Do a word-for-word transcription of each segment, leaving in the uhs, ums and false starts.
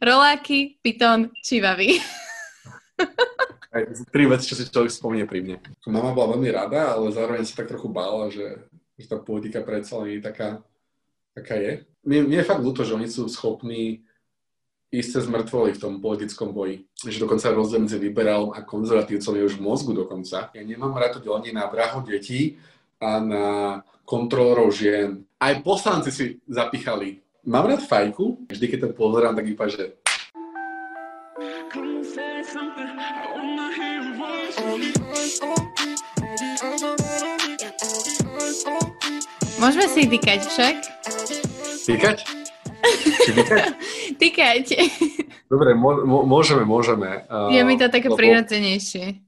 roláky, python, čivavy. Aj tri veci, čo si človek spomenie pri mne. Mama bola veľmi rada, ale zároveň sa tak trochu bála, že, že tá politika predsa len je taká, taká je. Mne, mne je fakt ľúto, že oni sú schopní ísť cez mŕtvoly v tom politickom boji. Že dokonca rozdiel medzi liberálom a konzervatívcom je už v mozgu dokonca. Ja nemám rád to delenie na vrahov detí a na kontrolorov žien. Aj poslanci si zapichali. Mám rád fajku, vždy keď to pozerám, tak iba, že... Môžeme si týkať však? Týkať? Týkať. Dobre, môžeme, môžeme. Je mi to také lebo, prirodzenejšie.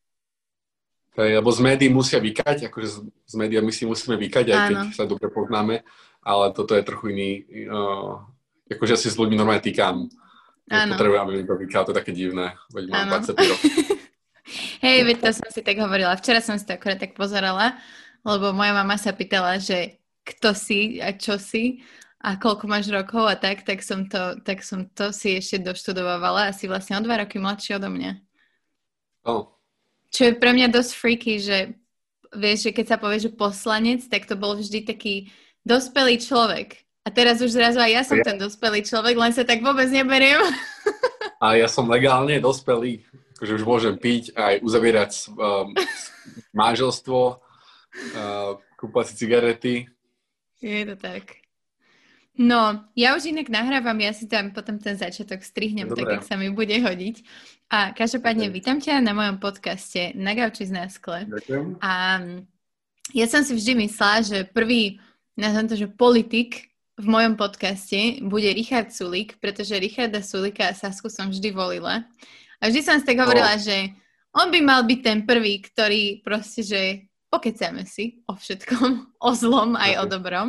Lebo z médií musia vykať, akože z médií my si musíme vykať, aj keď sa dobre poznáme, ale toto je trochu iný, uh, akože ja si s ľuďmi normálne týkam. Potrebujem, aby mi to vykal, to je také divné, veď mám dvadsaťpäť rokov. Hej, veď to som si tak hovorila. Včera som si to akorát tak pozerala, lebo moja mama sa pýtala, že kto si a čo si a koľko máš rokov a tak, tak som to, tak som to si ešte doštudovávala, asi vlastne o dva roky mladšie odo mňa. Oh. Čo je pre mňa dosť freaky, že vieš, že keď sa povie, že poslanec, tak to bol vždy taký dospelý človek. A teraz už zrazu aj ja som ja. ten dospelý človek, len sa tak vôbec neberiem. A ja som legálne dospelý, akože už môžem piť, aj uzavierať um, manželstvo, uh, kúpať si cigarety. Je to tak. No, ja už inak nahrávam, ja si tam potom ten začiatok strihnem, Dobre. tak, jak sa mi bude hodiť. A každopádne okay. vítam ťa na mojom podcaste Na gauči z náskle. Ďakujem. A ja som si vždy myslela, že prvý, nazvem to, že politik v mojom podcaste bude Richard Sulík, pretože Richarda Sulíka a Sasku som vždy volila. A vždy som si tak hovorila, oh. že on by mal byť ten prvý, ktorý proste, že pokecáme si o všetkom, o zlom aj okay. o dobrom.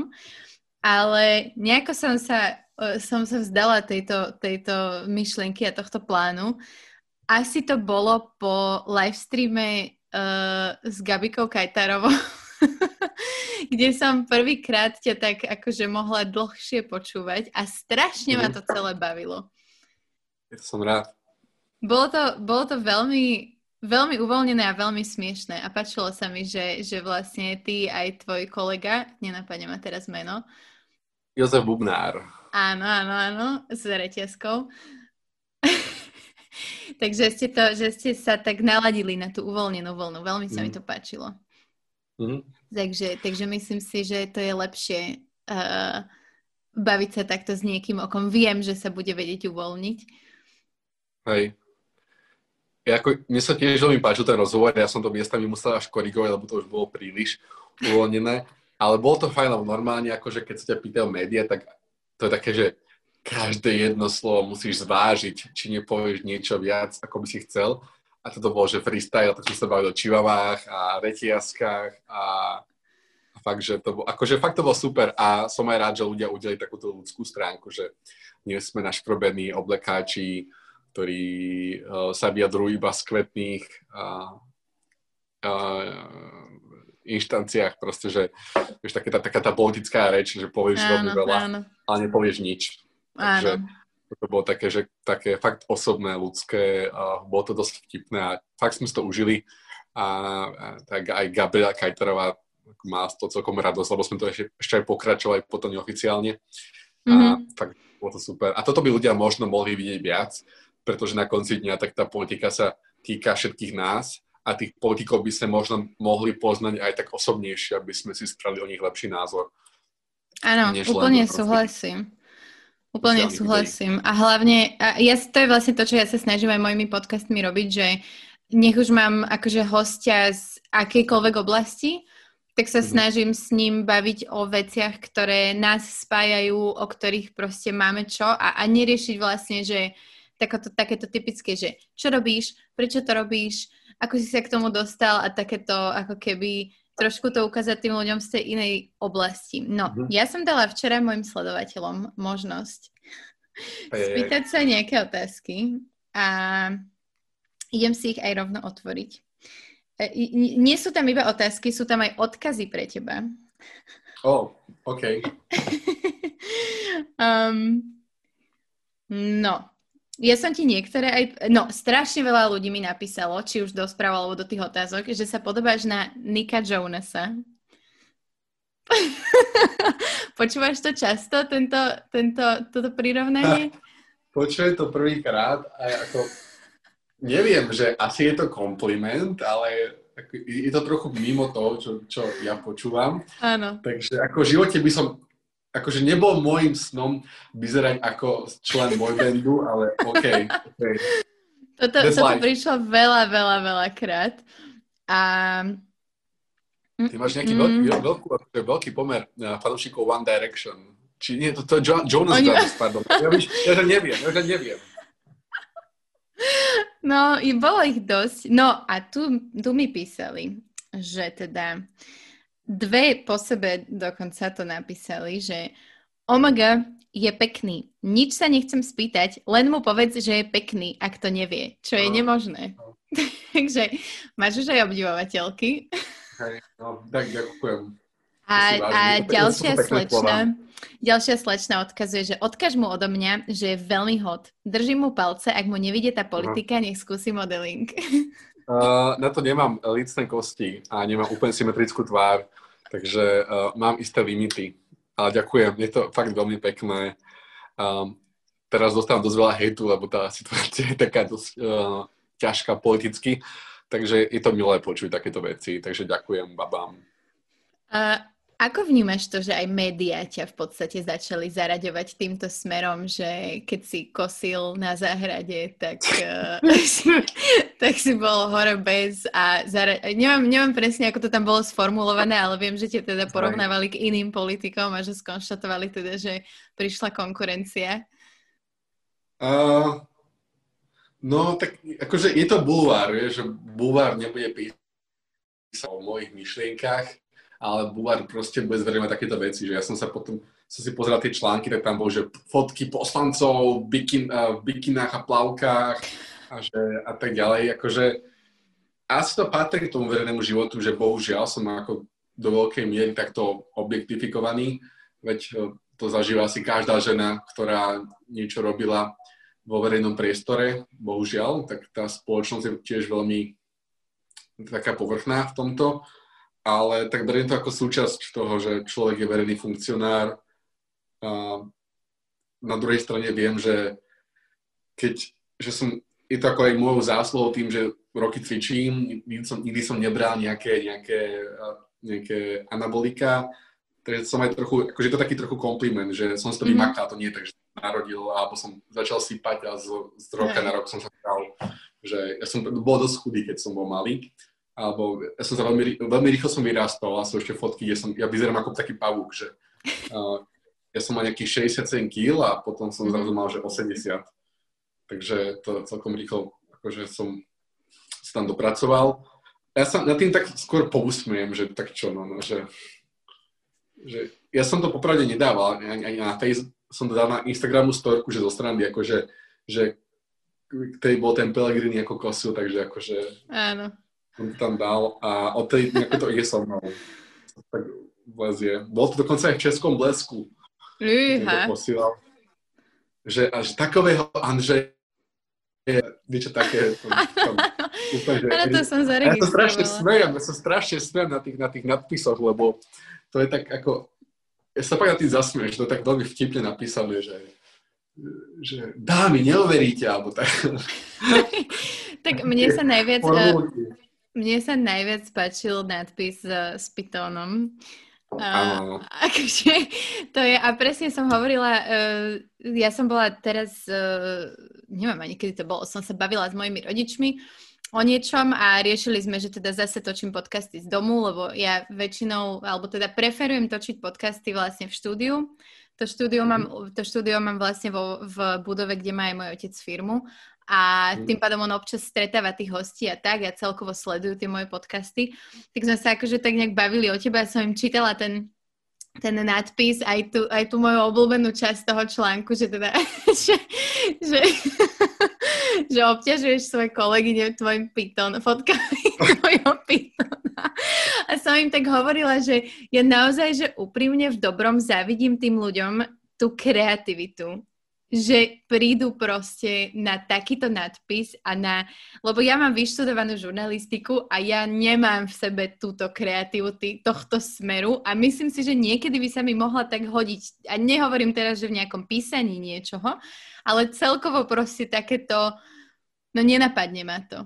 Ale nejako som sa, som sa vzdala tejto, tejto myšlienky a tohto plánu. Asi to bolo po livestreame uh, s Gabikou Kajtárovou, kde som prvýkrát ťa tak akože mohla dlhšie počúvať a strašne ma to celé bavilo. Ja som rád. Bolo to, bolo to veľmi, veľmi uvoľnené a veľmi smiešné a páčilo sa mi, že, že vlastne ty aj tvoj kolega, nenapadne ma teraz meno, Jozef Bubnár. Áno, áno, áno, s reťazkou. Takže ste, to, že ste sa tak naladili na tú uvoľnenú vlnu. Veľmi sa mm. mi to páčilo. Mm. Takže, takže myslím si, že to je lepšie uh, baviť sa takto s niekým, o kom viem, že sa bude vedieť uvoľniť. Hej. Ja ako, mne sa tiež veľmi páčil ten rozhovor, ja som to miestami musel až korigovať, lebo to už bolo príliš uvoľnené. Ale bolo to fajn, lebo normálne, akože keď sa ťa pýtajú médiá, tak to je také, že každé jedno slovo musíš zvážiť, či nepovieš niečo viac, ako by si chcel. A toto bolo, že freestyle, tak som sa bavil o čivavách a reťazkách a, a fakt, že to bolo, akože fakt to bolo super a som aj rád, že ľudia udelili takúto ľudskú stránku, že nie sme naškrobení oblekáči, ktorí uh, sa vyjadrujú iba z kvetných uh, uh, inštanciách, proste, že vieš, taká, taká tá politická reč, že povieš veľmi veľa, áno. ale nepovieš nič. Takže to bolo také, že také fakt osobné, ľudské, uh, bolo to dosť vtipné a fakt sme si to užili a, a tak aj Gabriela Kajtárová má to celkom radosť, lebo sme to ešte, ešte aj pokračovali potom neoficiálne a mm-hmm. fakt bolo to super. A toto by ľudia možno mohli vidieť viac, pretože na konci dňa tak tá politika sa týka všetkých nás a tých politikov by sme možno mohli poznať aj tak osobnejšie, aby sme si spravili o nich lepší názor. Áno, úplne súhlasím. Úplne súhlasím. A hlavne, a ja, to je vlastne to, čo ja sa snažím aj mojimi podcastmi robiť, že nech už mám akože hostia z akejkoľvek oblasti, tak sa mm-hmm. snažím s ním baviť o veciach, ktoré nás spájajú, o ktorých proste máme čo a, a neriešiť vlastne, že takéto, takéto typické, že čo robíš, prečo to robíš, ako si sa k tomu dostal a takéto ako keby trošku to ukázať tým ľuďom z tej inej oblasti. No, mm-hmm. ja som dala včera môjim sledovateľom možnosť hey, spýtať sa nejaké otázky a idem si ich aj rovno otvoriť. Nie sú tam iba otázky, sú tam aj odkazy pre teba. Oh, OK. um, no, Ja som ti niektoré aj... No, strašne veľa ľudí mi napísalo, či už do správ alebo do tých otázok, že sa podobáš na Nicka Jonasa. Počúvaš to často, tento, tento, toto prirovnanie? Počujem to prvýkrát a ako... Neviem, že asi je to kompliment, ale je to trochu mimo toho, čo, čo ja počúvam. Áno. Takže ako v živote by som... Akože nebol môjim snom vyzerať ako člen boybandu, ale okej. Okay, okay. Toto, toto prišlo veľa, veľa, veľa krát. A... Ty máš nejaký mm. veľký, veľký, veľký pomer fanúšikov One Direction. Či nie, to, to je jo- Jonas Oni... Brothers, pardon. Ja, víš, ja že neviem, ja že neviem. No, bolo ich dosť. No a tu, tu mi písali, že teda... Dve po sebe dokonca to napísali, že Omega je pekný. Nič sa nechcem spýtať, len mu povedz, že je pekný, ak to nevie, čo je no, nemožné. No. Takže máš už aj obdivovateľky. Hej, no, tak ďakujem. A, a ďalšia slečna, ďalšia slečna odkazuje, že odkaž mu odo mňa, že je veľmi hot. Držím mu palce, ak mu nevidie tá politika, nech skúsi modeling. Uh, na to nemám lícne kosti a nemám úplne symetrickú tvár, takže uh, mám isté limity. Ale ďakujem, je to fakt veľmi pekné. Um, teraz dostávam dosť veľa hejtu, lebo tá situácia je taká dosť uh, ťažká politicky, takže je to milé počuť takéto veci, takže ďakujem babám. Uh, ako vnímaš to, že aj médiá ťa v podstate začali zaraďovať týmto smerom, že keď si kosil na záhrade, tak, uh, tak si bol hore bez a zara- neviem, neviem presne, ako to tam bolo sformulované, ale viem, že ťa teda porovnávali k iným politikom a že skonštatovali teda, že prišla konkurencia. Uh, no, tak akože je to bulvár, že bulvár nebude písať o mojich myšlienkach, ale bulvár proste bude zverejňovať takéto veci, že ja som sa potom, som si pozeral tie články, tak tam bol, že fotky poslancov v, bikin, v bikinách a plavkách a, že, a tak ďalej, akože asi to patrí k tomu verejnému životu, že bohužiaľ som ako do veľkej miery takto objektifikovaný, veď to zažíva asi každá žena, ktorá niečo robila vo verejnom priestore, bohužiaľ, tak tá spoločnosť je tiež veľmi taká povrchná v tomto. Ale tak beriem to ako súčasť toho, že človek je verejný funkcionár. A na druhej strane viem, že keď, že som, je to ako aj môjou zásluhou tým, že roky cvičím, nikdy som, nikdy som nebral nejaké, nejaké, nejaké anabolika, takže som aj trochu, akože je to taký trochu kompliment, že som si to vymakal, to nie je tak, že som narodil, alebo som začal sypať a z, z roka na rok som sa stal, že ja som bol dosť chudý, keď som bol malý. Alebo ja som sa veľmi, veľmi rýchlo som vyrastol a sú ešte fotky, kde som, ja vyzerám ako taký pavúk, že uh, ja som mal nejakých šesťdesiatsedem kíl a potom som zrazu mal, že osemdesiat. Takže to celkom rýchlo, akože som sa tam dopracoval. Ja sa na tým tak skôr pousmiem, že tak čo, no, no že, že ja som to popravde nedával, ani na Face som to dal na Instagramu storku, že zo strany, akože, že ktorý bol ten Pellegrini ako kosil, takže akože... Áno. Som to tam dal a odtedy nejako to ide so mnou. Tak vlezie. Bol to dokonca aj v Českom blesku. Uha. Že až takového Andreja, niečo také. Tam, tam, úplne, že, ale to som zaregistrovala. Ja sa strašne smejem, ja sa strašne smejem na tých, na tých nadpisoch, lebo to je tak ako... Ja sa pak na tým zasmieš, to tak veľmi vtipne napísané, že že dámy, neuveríte, alebo tak. Tak mne sa najviac... Mne sa najviac páčil nadpis uh, s Pythónom. Uh, akože, to je, a presne som hovorila, uh, ja som bola teraz, uh, neviem ani kedy to bolo, som sa bavila s mojimi rodičmi o niečom a riešili sme, že teda zase točím podcasty z domu, lebo ja väčšinou, alebo teda preferujem točiť podcasty vlastne v štúdiu. To štúdio mám, to štúdio mám vlastne vo, v budove, kde má aj môj otec firmu. A tým pádom on občas stretáva tých hostí a tak a celkovo sledujú tie moje podcasty. Tak sme sa akože tak nejak bavili o teba a som im čítala ten, ten nadpis, aj tú, aj tú moju obľúbenú časť toho článku, že teda že, že, že obťažuješ svoje kolegyne tvojim Python, fotkami tvojho Pythona. A som im tak hovorila, že ja naozaj, že úprimne v dobrom závidím tým ľuďom tú kreativitu. že prídu proste na takýto nadpis a na... Lebo ja mám vyštudovanú žurnalistiku a ja nemám v sebe túto kreatívu tohto smeru a myslím si, že niekedy by sa mi mohla tak hodiť. A nehovorím teraz, že v nejakom písaní niečoho, ale celkovo proste takéto... No nenapadne ma to.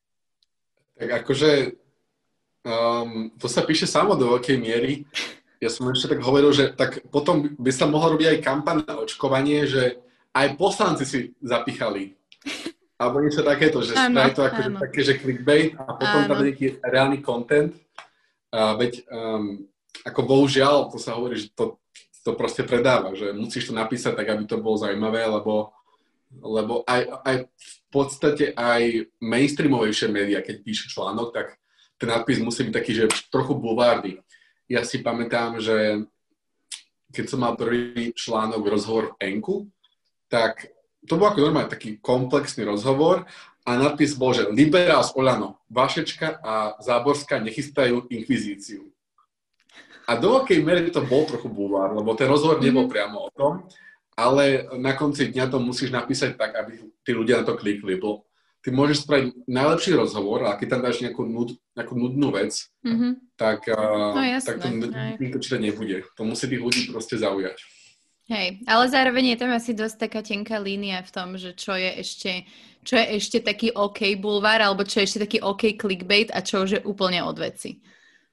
Tak akože um, to sa píše samo do veľkej miery. Ja som ešte tak hovoril, že tak potom by sa mohlo robiť aj kampaň na očkovanie, že aj poslanci si zapichali. Alebo niečo takéto, že spraví to akože také, že clickbait a potom áno. Tam je nejaký reálny content. A veď um, ako bohužiaľ, to sa hovorí, že to, to proste predáva, že musíš to napísať tak, aby to bolo zaujímavé, lebo, lebo aj, aj v podstate aj mainstreamovejšie médiá, keď píšu článok, tak ten nadpis musí byť taký, že trochu bulvárny. Ja si pamätám, že keď som mal prvý článok, rozhovor v Enku, tak to bol ako normálne taký komplexný rozhovor a nadpis bol, že liberál z Oľano, Vašečka a Záborská nechystajú inkvizíciu. A do akej miery to bol trochu bulvár, lebo ten rozhovor nebol priamo o tom, ale na konci dňa to musíš napísať tak, aby tí ľudia na to klikli. Bo ty môžeš spraviť najlepší rozhovor, a keď tam dáš nejakú, nud, nejakú nudnú vec, mm-hmm. tak, no, jasné, tak to nikto čítať nebude. To musí tých ľudí proste zaujať. Hej, ale zároveň je tam asi dosť taká tenká línia v tom, že čo je ešte, čo je ešte taký OK bulvár, alebo čo je ešte taký OK clickbait a čo už je úplne od veci.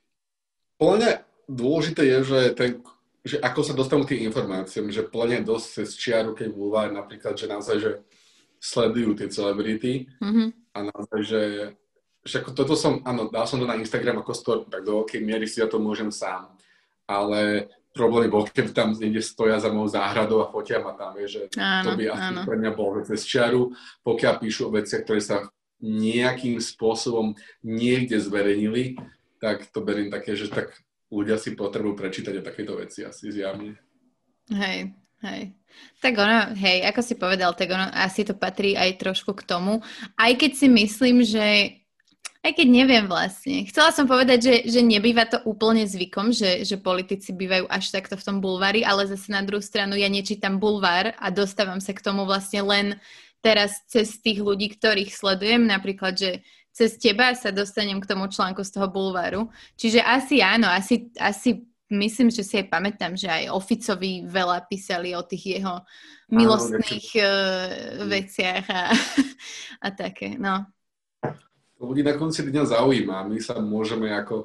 Plne dôležité je, že, ten, že ako sa dostanú tie informáciám, že plne dosť cez čiaru, keď bulvár, napríklad, že naozaj, že sledujú tie celebrity mm-hmm. a naozaj, že, že ako toto som, áno, dal som to na Instagram ako story, tak do veľkej miery si ja to môžem sám, ale problém bol, keď tam niekde stoja za mojou záhradou a fotia ma tam, je, že áno, to by asi áno. pre mňa bolo cez čiaru, pokiaľ píšu o veciach, ktoré sa nejakým spôsobom niekde zverejnili, tak to beriem také, že tak ľudia si potrebujú prečítať o takéto veci asi zjavne. Hej, hej. Tak ono, hej, ako si povedal, tak ono asi to patrí aj trošku k tomu, aj keď si myslím, že aj keď neviem vlastne. Chcela som povedať, že, že nebýva to úplne zvykom, že, že politici bývajú až takto v tom bulvári, ale zase na druhú stranu ja nečítam bulvár a dostávam sa k tomu vlastne len teraz cez tých ľudí, ktorých sledujem, napríklad, že cez teba sa dostanem k tomu článku z toho bulváru. Čiže asi áno, asi, asi myslím, že si aj pamätám, že aj Oficovi veľa písali o tých jeho milostných áno, uh, veciach a, a také, no. Ľudí na konci dňa zaujíma. My sa môžeme ako...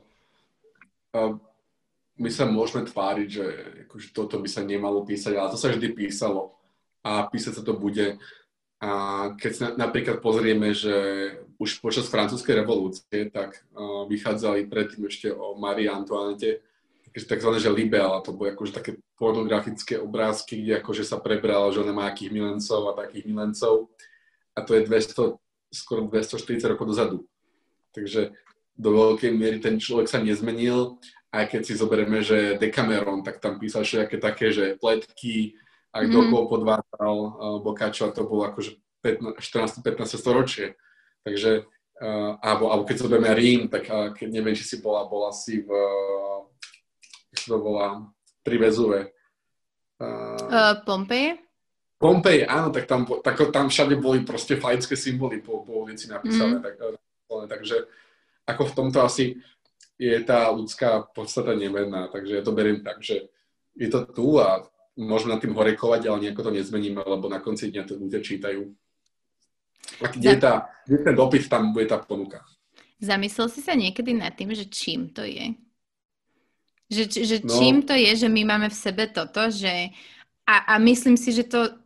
My sa môžeme tváriť, že akože toto by sa nemalo písať, ale to sa vždy písalo. A písať sa to bude. A keď sa napríklad pozrieme, že už počas francúzskej revolúcie, tak uh, vychádzali predtým ešte o Marie Antoinette, takzvané, že libelle, to boli akože také pornografické obrázky, kde akože sa prebrala, že ona má akých milencov a takých milencov. A to je dvesto skoro dvestoštyridsať rokov dozadu. Takže do veľkej miery ten človek sa nezmenil, aj keď si zoberieme, že Decameron, tak tam písal všetké také, že pletky, a kto mm-hmm. podvádzal uh, Boccaccio, to bolo akože štrnáste pätnáste storočie. Takže, uh, alebo, alebo keď zoberieme Rím, tak uh, keď neviem, či si bola, bola si v, uh, čo to bola, pri Vezuve. Uh, uh, Pompeje? Pompej, áno, tak tam, tak, tam všade boli proste fajnské symboly po, po ulici napísané. Mm. Tak, takže ako v tomto asi je tá ľudská podstata nemenná. Takže ja to beriem tak, že je to tu a môžeme nad tým horekovať, ale nejako to nezmeníme, lebo na konci dňa to ľudia čítajú. A kde je, tá, kde je ten dopyt, tam bude tá ponuka. Zamyslel si sa niekedy nad tým, že čím to je? Že, že no. čím to je, že my máme v sebe toto, že a, a myslím si, že to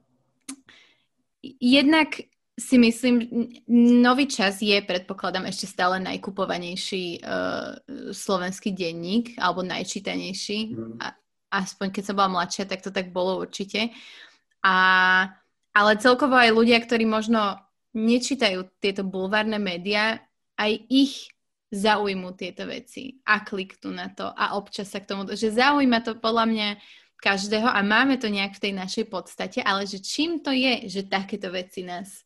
jednak si myslím, Nový čas je, predpokladám, ešte stále najkupovanejší uh, slovenský denník, alebo najčítanejší. Mm. A, aspoň keď som bola mladšia, tak to tak bolo určite. A, ale celkovo aj ľudia, ktorí možno nečítajú tieto bulvárne médiá, aj ich zaujmú tieto veci a kliknú na to a občas sa k tomu, že zaujíma to podľa mňa každého a máme to nejak v tej našej podstate, ale že čím to je, že takéto veci nás...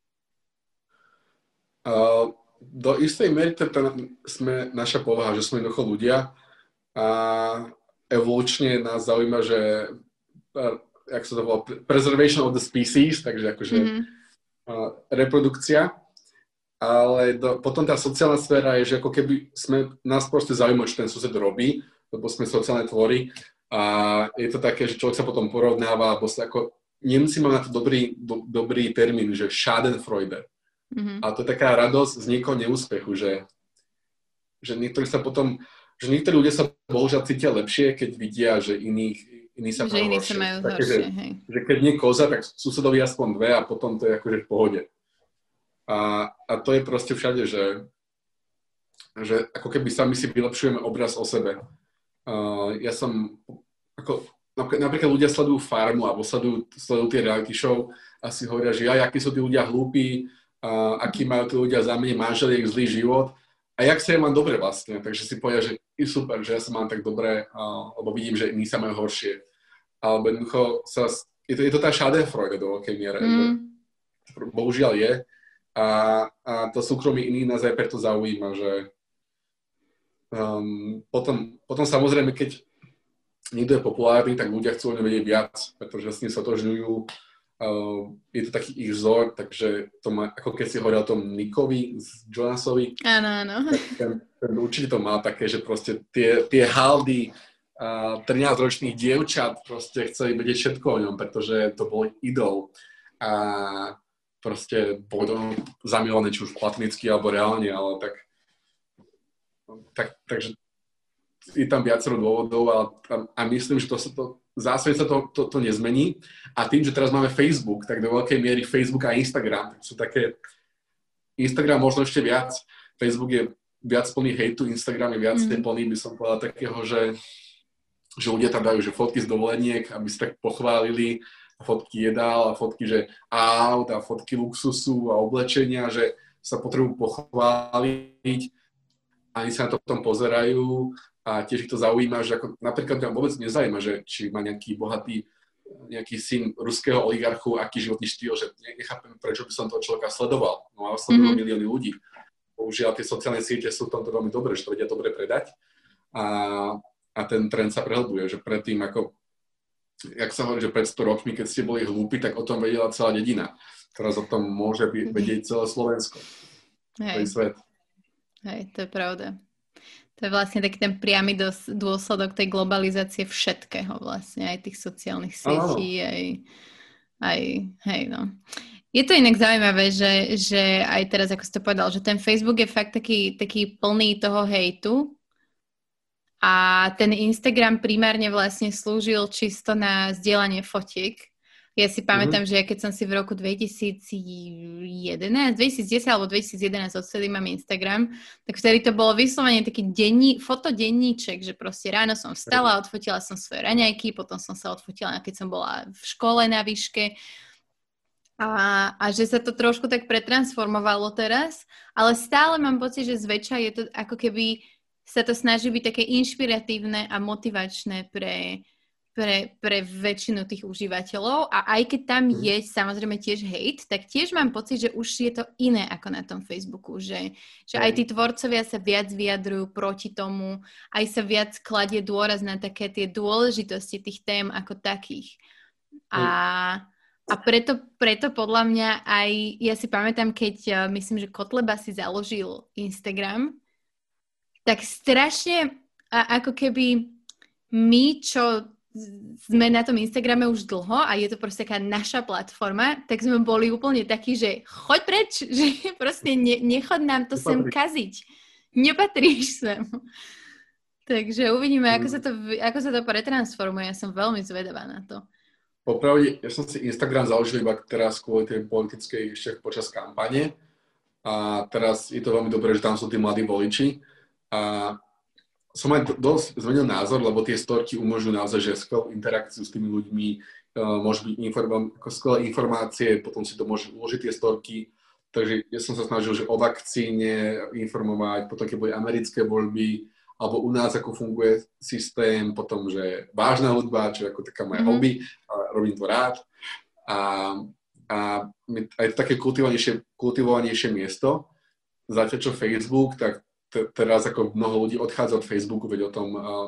Uh, do istej miery to sme naša povaha, že sme jednoducho ľudia a evolučne nás zaujíma, že jak sa to volá, preservation of the species, takže akože mm-hmm. uh, reprodukcia. Ale do, potom tá sociálna sféra je, že ako keby sme, nás proste zaujíma, čo ten sused robí, lebo sme sociálne tvory a je to také, že človek sa potom porovnáva, alebo sa ako, Nemci majú na to dobrý, do, dobrý termín, že Schadenfreude. Mm-hmm. A to je taká radosť z niekoho neúspechu, že, že niektorí sa potom, že niektorí ľudia sa bohužiaľ cítia lepšie, keď vidia, že iných, iní sa majú horšie. Sa majú také, horšie že, že keď nie koza, tak susedovi aspoň dve a potom to je akože v pohode. A, a to je proste všade, že, že ako keby sami si vylepšujeme obraz o sebe. Uh, ja som, ako, napríklad ľudia sledujú Farmu alebo sledujú, sledujú tie reality show a si hovoria, že aj, akí sú tí ľudia hlúpi, uh, akí majú tí ľudia zámene manželiek, zlý život a jak sa ja mám dobre vlastne. Takže si povedia, že je super, že ja sa mám tak dobre, uh, lebo vidím, že iní sa majú horšie. Alebo jednoducho sa, je to, je to tá Schadenfreude do veľkej miere, mm. že bohužiaľ je. A, a to súkromie iných nás aj preto zaujíma, že um, potom, potom samozrejme, keď niekto je populárny, tak ľudia chcú o ňom vedieť viac, pretože s ním sa tožňujú. Uh, je to taký ich vzor, takže to má, ako keď si hovoril o tom Nickovi z Jonasovi. Áno, áno. Ten, ten určite to má také, že proste tie, tie haldy uh, trinásťročných dievčat proste chceli vedieť všetko o ňom, pretože to bol idol. A proste bolo zamilované, či už platonicky alebo reálne, ale tak, tak takže je tam viacero dôvodov a, a, a myslím, že to sa to zásade sa to, to, to nezmení a tým, že teraz máme Facebook, tak do veľkej miery Facebook a Instagram tak sú také, Instagram možno ešte viac, Facebook je viac plný hejtu, Instagram je viac mm. plný, by som povedal takého, že, že ľudia tam dajú že fotky z dovoleniek, aby sa tak pochválili, fotky jedál a fotky, že aut a fotky luxusu a oblečenia, že sa potrebujú pochváliť a oni sa na to potom pozerajú a tiež ich to zaujíma, že ako, napríklad mňa vôbec nezaujíma, že či má nejaký bohatý nejaký syn ruského oligarchu, aký životný štýl, že nechápem, prečo by som toho človeka sledoval. No a sledujú mm-hmm. milióny ľudí. Bohužiaľ, tie sociálne siete sú v tomto veľmi dobré, že to vedia dobre predať a, a ten trend sa prehlbuje, že predtým ako jak sa hovorí, že pred sto rokmi, keď ste boli hlúpi, tak o tom vedela celá dedina. Teraz o tom môže vedieť celé Slovensko. Hej. Svet. Hej, to je pravda. To je vlastne taký ten priamy dos- dôsledok tej globalizácie všetkého vlastne, aj tých sociálnych sietí, aj, aj, hej, no. Je to inak zaujímavé, že, že aj teraz, ako si to povedal, že ten Facebook je fakt taký, taký plný toho hejtu, a ten Instagram primárne vlastne slúžil čisto na zdieľanie fotiek. Ja si pamätám, mm-hmm. že ja keď som si v roku dvetisícjedenásť, dvetisícdesať alebo dvetisícjedenásť odtedy mám Instagram, tak vtedy to bolo vyslovene taký denní, fotodenníček, že proste ráno som vstala, odfotila som svoje raňajky, potom som sa odfotila, keď som bola v škole na výške. A, a že sa to trošku tak pretransformovalo teraz, ale stále mám pocit, že zväčša je to ako keby sa to snaží byť také inšpiratívne a motivačné pre, pre, pre väčšinu tých užívateľov a aj keď tam je samozrejme tiež hate, tak tiež mám pocit, že už je to iné ako na tom Facebooku, že, že aj tí tvorcovia sa viac vyjadrujú proti tomu, aj sa viac kladie dôraz na také tie dôležitosti tých tém ako takých. A, a preto, preto podľa mňa aj, ja si pamätám, keď myslím, že Kotleba si založil Instagram, tak strašne a ako keby my, čo sme na tom Instagrame už dlho a je to proste taká naša platforma, tak sme boli úplne takí, že choď preč, že proste ne, nechod nám to Nepatrí. sem kaziť. Nepatríš sem. Takže uvidíme, ako sa to, ako sa to pretransformuje. Ja som veľmi zvedavá na to. Popravde, ja som si Instagram založil iba teraz kvôli tej politickej ešte počas kampane a teraz je to veľmi dobré, že tam sú tí mladí voliči. A som aj dosť zmenil názor, lebo tie storky umožňujú naozaj, že skvelú interakciu s tými ľuďmi, uh, môže byť inform- ako skvelé informácie, potom si to môže uložiť tie storky. Takže ja som sa snažil, že o vakcíne informovať, potom keď boli americké voľby, alebo u nás, ako funguje systém, potom, že vážna hudba, čo je ako taká moja mm-hmm. hobby, a robím to rád. A, a aj také kultivovanejšie, kultivovanejšie miesto. Zatiaľ čo Facebook, tak T- teraz ako mnoho ľudí odchádza od Facebooku, veď o tom uh,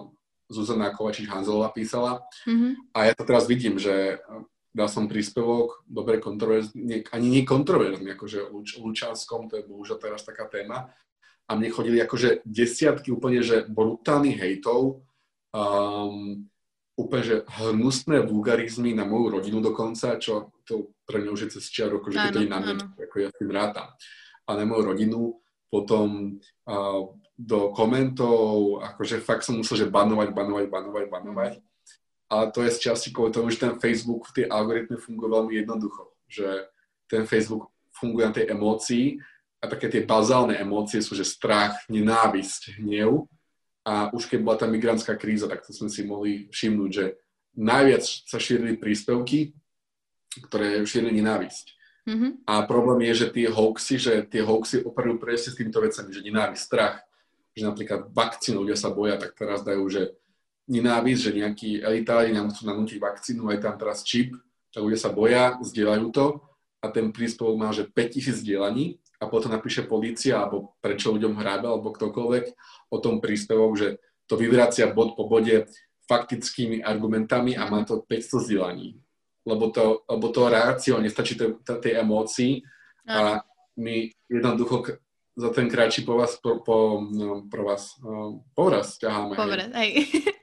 Zuzana Kovačič-Hanzelová písala. Mm-hmm. A ja to teraz vidím, že dal som príspevok, dobre kontroverzný, ani nie kontroverzný, akože o Lučanskom, to je bohužiaľ teraz taká téma. A mne chodili akože desiatky úplne, že brutálnych hejtov, um, úplne, že hnusné vulgarizmy na moju rodinu dokonca, čo to pre mňa už je cez čiaru, akože keď to je na mňa, ako ja s tým rátam. A na moju rodinu, potom uh, do komentov, akože fakt som musel, že banovať, banovať, banovať, banovať. Mm. Ale to je z časti kvôli tomu, že ten Facebook, tie algoritmy fungujú veľmi jednoducho. Že ten Facebook funguje na tej emócii a také tie bazálne emócie sú, že strach, nenávisť, hnev. A už keď bola tá migrantská kríza, tak to sme si mohli všimnúť, že najviac sa šírili príspevky, ktoré šírili nenávisť. Mm-hmm. A problém je, že tie hoaxy, že tie hoaxy operujú presne s týmito vecami, že nenávisť, strach, že napríklad vakcínu ľudia sa boja, tak teraz dajú, že nenávisť, že nejakí elitári nám chcú nanútiť vakcínu, aj tam teraz čip, tak ľudia sa boja, zdieľajú to a ten príspevok má, že päťtisíc zdieľaní a potom napíše polícia, alebo prečo ľuďom hrábe, alebo ktokoľvek o tom príspevok, že to vyvracia bod po bode faktickými argumentami a má to päťsto zdieľaní. Lebo to, lebo to reakciou nestačí tej emócii a my jednoducho za ten kráči po vás, po, po, no, pro vás, no, povraz ťaháme. Povraz, hej.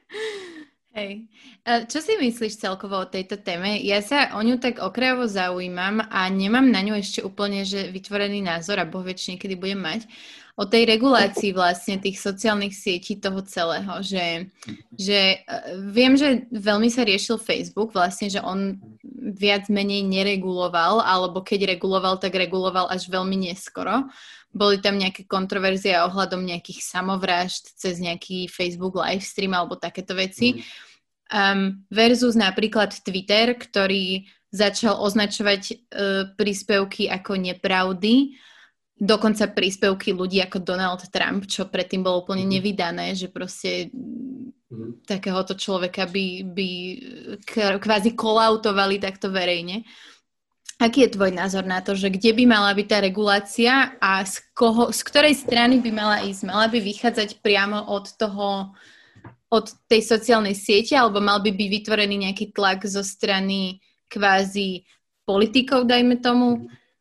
Hej. Čo si myslíš celkovo o tejto téme? Ja sa o ňu tak okrajovo zaujímam a nemám na ňu ešte úplne že vytvorený názor a Boh vie, či niekedy budem mať. O tej regulácii vlastne tých sociálnych sietí toho celého, že, že viem, že veľmi sa riešil Facebook, vlastne, že on viac menej nereguloval, alebo keď reguloval, tak reguloval až veľmi neskoro. Boli tam nejaké kontroverzie ohľadom nejakých samovrážd cez nejaký Facebook livestream alebo takéto veci. Um, versus napríklad Twitter, ktorý začal označovať uh, príspevky ako nepravdy, dokonca príspevky ľudí ako Donald Trump, čo predtým bolo úplne nevydané, že proste mm. takéhoto človeka by, by kvázi kolautovali takto verejne. Aký je tvoj názor na to, že kde by mala byť tá regulácia a z, koho, z ktorej strany by mala ísť? Mala by vychádzať priamo od toho, od tej sociálnej siete, alebo mal by byť vytvorený nejaký tlak zo strany kvázi politikov, dajme tomu?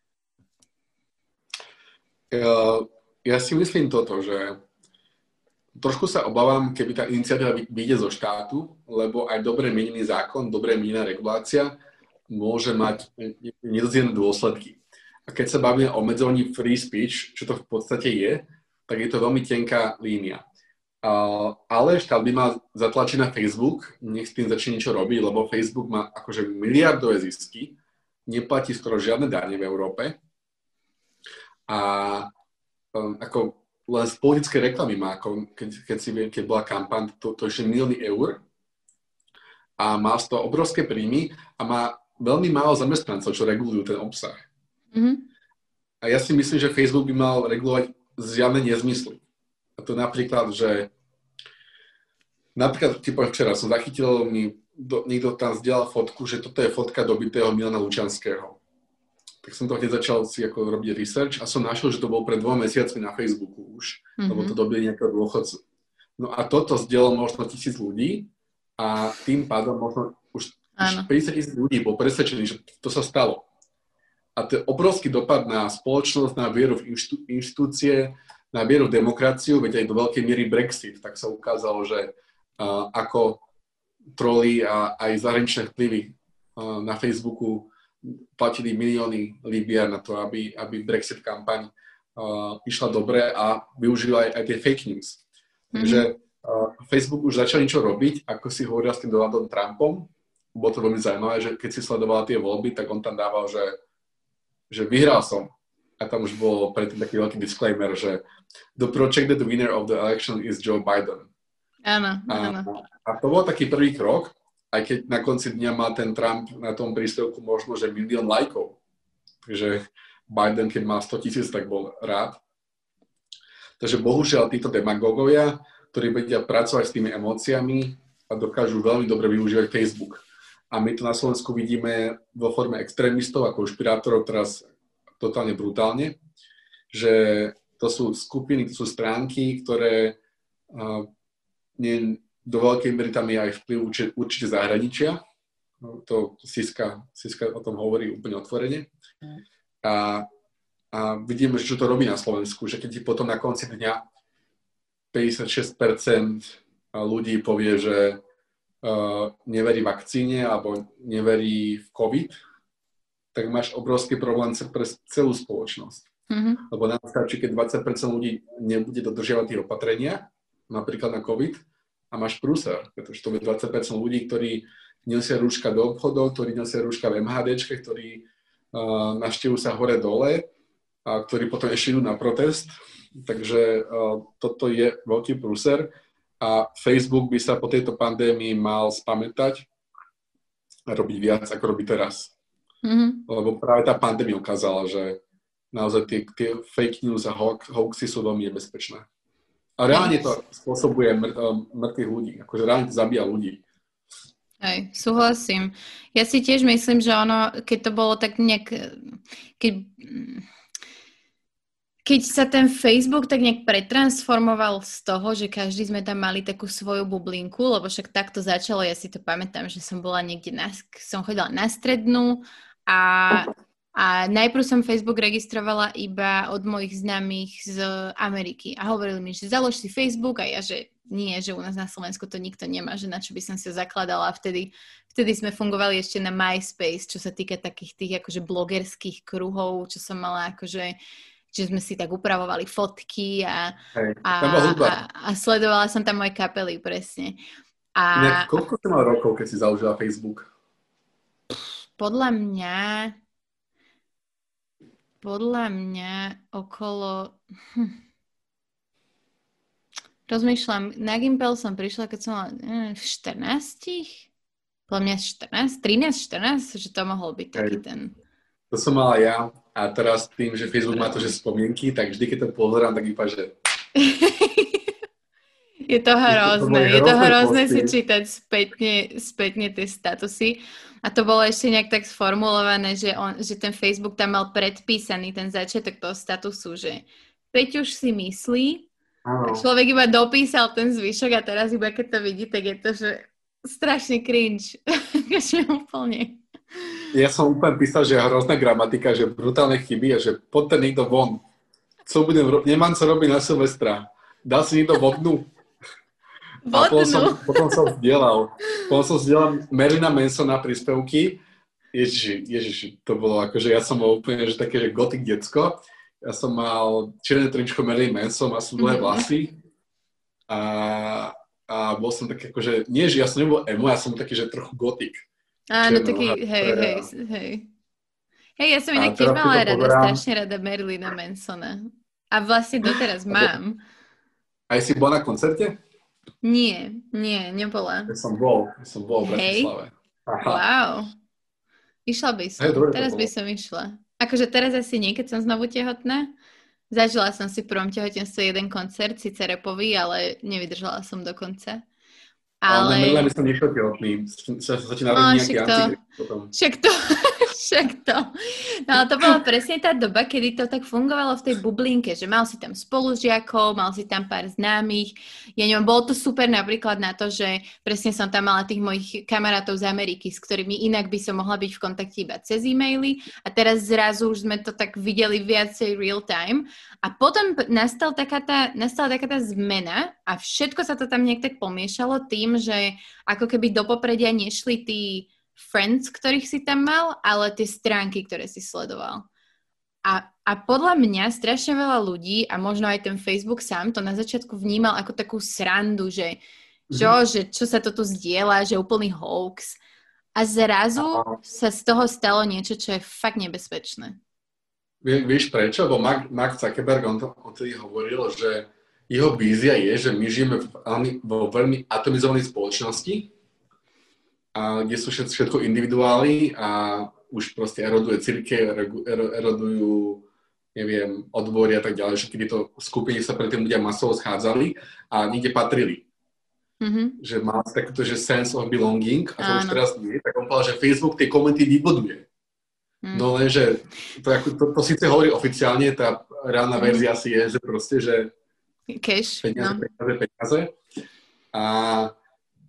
Ja, ja si myslím toto, že trošku sa obávam, keby tá iniciatíva vyjde zo štátu, lebo aj dobre mienený zákon, dobre mienená regulácia môže mať nedoziené dôsledky. A keď sa bavíme o obmedzovaní free speech, čo to v podstate je, tak je to veľmi tenká línia. Uh, ale štát by mal zatlačiť na Facebook, nech s tým začne niečo robiť, lebo Facebook má akože miliardové zisky, neplatí skoro žiadne dane v Európe a um, ako len z politickej reklamy má, ako keď, keď si viem, keď bola kampaň, to, to ešte milióny eur a má z toho obrovské príjmy a má veľmi málo zamestnancov, čo regulujú ten obsah. Mm-hmm. A ja si myslím, že Facebook by mal regulovať zjavné nezmysly. A to napríklad, že napríklad, typo včera som zachytil, mi do, niekto tam zdieľal fotku, že toto je fotka dobitého Milana Lučanského. Tak som to hneď začal si ako robiť research a som našiel, že to bol pred dvoma mesiacmi na Facebooku už, mm-hmm. lebo to dobili nejakého dôchodcu. No a toto zdieľalo možno tisíc ľudí a tým pádom možno už, už päťdesiat tisíc ľudí bol presvedčený, že to sa stalo. A to je obrovský dopad na spoločnosť, na vieru v inštitú, inštitúcie, na vieru v demokraciu, veď aj do veľkej miery Brexit, tak sa ukázalo, že uh, ako troli a aj zahraničné vplyvy uh, na Facebooku platili milióny libier na to, aby, aby Brexit kampaň uh, išla dobre a využila aj, aj tie fake news. Mm-hmm. Takže uh, Facebook už začal niečo robiť, ako si hovorila s tým Donaldom Trumpom. Bolo to veľmi zaujímavé, že keď si sledovala tie voľby, tak on tam dával, že že vyhral som. A tam už bol predtým taký veľký disclaimer, že the projected winner of the election is Joe Biden. Áno, áno. A, a to bol taký prvý krok, aj keď na konci dňa mal ten Trump na tom príspevku možno, že milión lajkov. Takže Biden, keď mal sto tisíc, tak bol rád. Takže bohužiaľ títo demagógovia, ktorí vedia pracovať s tými emóciami a dokážu veľmi dobre využívať Facebook. A my to na Slovensku vidíme vo forme extrémistov, ako špirátorov teraz totálne brutálne, že to sú skupiny, to sú stránky, ktoré uh, ne, do veľkej miery tam je aj vplyv určite, určite zahraničia. To Siska, Siska o tom hovorí úplne otvorene. A, a vidíme, čo to robí na Slovensku, že keď ti potom na konci dňa päťdesiatšesť percent ľudí povie, že uh, neverí vakcíne alebo neverí v COVID, tak máš obrovský problém pre celú spoločnosť. Mm-hmm. Lebo nám stačí, keď dvadsať percent ľudí nebude dodržiavať tie opatrenia, napríklad na COVID, a máš prúser, pretože to je dvadsať percent ľudí, ktorí nosia rúška do obchodov, ktorí nosia rúška v em há déčke, ktorí uh, navštevujú sa hore-dole a ktorí potom ešte idú na protest. Takže uh, toto je veľký prúser a Facebook by sa po tejto pandémii mal spamätať a robiť viac, ako robí teraz. Mm-hmm. Lebo práve tá pandémia ukázala, že naozaj tie, tie fake news a hoaxy sú veľmi nebezpečné. A reálne to spôsobuje mŕ, mŕtvych ľudí, akože reálne to zabíja ľudí. Hej, súhlasím. Ja si tiež myslím, že ono, keď to bolo tak nejak, keď, keď sa ten Facebook tak nejak pretransformoval z toho, že každý sme tam mali takú svoju bublinku, lebo však takto začalo, ja si to pamätám, že som bola niekde, na, som chodila na strednú a, a najprv som Facebook registrovala iba od mojich známych z Ameriky a hovorili mi, že založ si Facebook a ja, že nie, že u nás na Slovensku to nikto nemá, že na čo by som si ho zakladala. Vtedy, vtedy sme fungovali ešte na MySpace, čo sa týka takých tých akože blogerských kruhov, čo som mala akože, že sme si tak upravovali fotky a, Hej, a, a, a sledovala som tam moje kapely, presne. A, Nejak, koľko si mal rokov, keď si založila Facebook? Podľa mňa podľa mňa okolo... Hm. Rozmýšľam, na Gimpel som prišla, keď som mala neviem, v štrnástich? Podľa mňa štrnásť, trinásť, štrnásť, že to mohol byť taký ten... To som mala ja a teraz tým, že Facebook má to, že spomienky, tak vždy, keď to pozerám, tak iba, že... je to hrozné, je to hrozné si čítať spätne, spätne tie statusy. A to bolo ešte nejak tak sformulované, že, on, že ten Facebook tam mal predpísaný ten začiatok toho statusu, že Peťuš si myslí, a človek iba dopísal ten zvyšok a teraz iba keď to vidí, tak je to, že strašne cringe. Takže úplne. Ja som úplne písal, že je hrozná gramatika, že brutálne chyby a že poďte niekto von. Co budem ro- Nemám co robiť na Silvestra. Dal si niekto vodnú? Vodnú? A potom som, potom som vzdielal. Potom som vzdielal Marilina Mansona príspevky. Ježiši, ježiši, to bolo akože, ja som bol úplne, že také, že gotik decko. Ja som mal černé tričko Marilyn Manson, mal som dlhé vlasy a, a bol som taký akože, nie, že ja som nebol emo, ja som taký, že trochu gotik. Áno, taký, hej, hej, hej. Hej, ja som inak tiež mala rada, poberám. strašne rada Marilyna Mansona. A vlastne doteraz mám. A si bola na koncerte? Nie, nie, nebola. Ja som bol, ja som bol v Bratislave. Wow. Išla by som, hey, teraz by som išla. Akože teraz asi nie, keď som znovu tehotná. Zažila som si v prvom tehotenstve jeden koncert, síce repový, ale nevydržala som do konca. Ale... Ale na by som nešiel tehotný. Sa, sa ti narodí nejaký antikrist potom. Však to, však to. No ale to bola presne tá doba, kedy to tak fungovalo v tej bublinke, že mal si tam spolužiakov, mal si tam pár známych. Ja neviem, bolo to super napríklad na to, že presne som tam mala tých mojich kamarátov z Ameriky, s ktorými inak by som mohla byť v kontakte iba cez e-maily. A teraz zrazu už sme to tak videli viacej real time. A potom nastal taká tá, nastala taká tá zmena a všetko sa to tam nejak tak pomiešalo tým, že ako keby do popredia nešli tí friends, ktorých si tam mal, ale tie stránky, ktoré si sledoval. A, a podľa mňa strašne veľa ľudí a možno aj ten Facebook sám to na začiatku vnímal ako takú srandu, že, mm-hmm. čo, že čo sa to tu zdieľa, že úplný hoax. A zrazu sa z toho stalo niečo, čo je fakt nebezpečné. Vieš prečo? Lebo Mark, Mark Zuckerberg, on to odtedy hovoril, že jeho vízia je, že my žijeme vo veľmi atomizovanej spoločnosti, a kde sú všetko individuály a už proste eroduje cirkev, erodujú, neviem, odbory a tak ďalej, že kedy to skupiny sa predtým ľudia masovo schádzali a niekde patrili. Mm-hmm. Že má takto, že sense of belonging a to Áno. už teraz nie, tak on povedal, že Facebook tie komenty vyboduje. Mm. No lenže to, to, to síce hovorí oficiálne, tá reálna mm. verzia si je, že proste, že cash, peniaze, no. peniaze, peniaze. A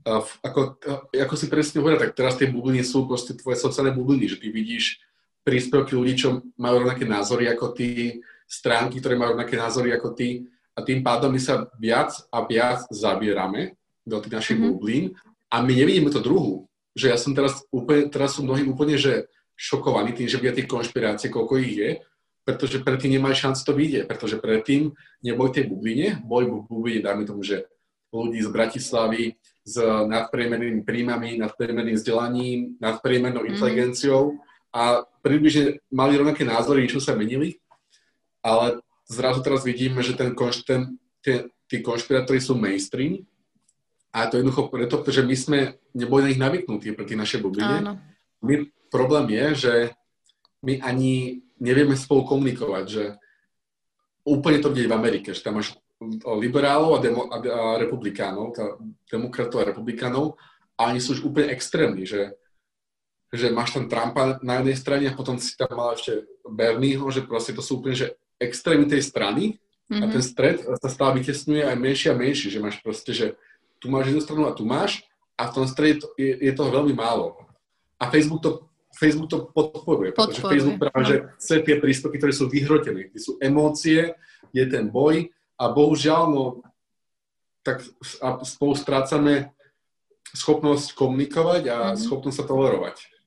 uh, ako, uh, ako si presne hovorila, tak teraz tie bubliny sú proste tvoje sociálne bubliny, že ty vidíš príspevky ľudí, čo majú rovnaké názory ako ty, stránky, ktoré majú rovnaké názory ako ty a tým pádom my sa viac a viac zabierame do tých našich mm-hmm. bublín a my nevidíme to druhú. Že ja som teraz úplne, teraz sú mnohí úplne, že šokovaní tým, že vidia tých konšpirácií, koľko ich je, pretože predtým nemajú šancu to vidieť, pretože predtým neboli tej bubline, boli v bubline, dáme tomu, že ľudí z Bratislavy s nadpriemernými príjmami, nadpriemerným vzdelaním, nadpriemernou mm-hmm. inteligenciou a približne mali rovnaké názory, čo sa menili, ale zrazu teraz vidíme, že ten, ten, ten, tí konšpirátori sú mainstream a to jednoducho preto, pretože my sme neboli na nich navyknutí pre tie naše bubline. My, problém je, že my ani nevieme spolu komunikovať, že úplne to vidieť v Amerike, že tam máš liberálov a, demo, a, a republikánov, tá, demokratov a republikánov a oni sú už úplne extrémni, že že máš tam Trumpa na jednej strane a potom si tam mal ešte Bernieho, že proste to sú úplne, že extrémy tej strany mm-hmm. a ten stred sa stále vytesňuje aj menšie a menšie, že máš proste, že tu máš jednu stranu a tu máš a v tom strede to, je, je toho veľmi málo. A Facebook to, Facebook to podporuje, pretože podporuje. Facebook práve, no. že chce tie príspevky, ktoré sú vyhrotené, kde sú emócie, je ten boj a bohužiaľ, no tak a spolu strácame schopnosť komunikovať a mm-hmm. schopnosť sa tolerovať.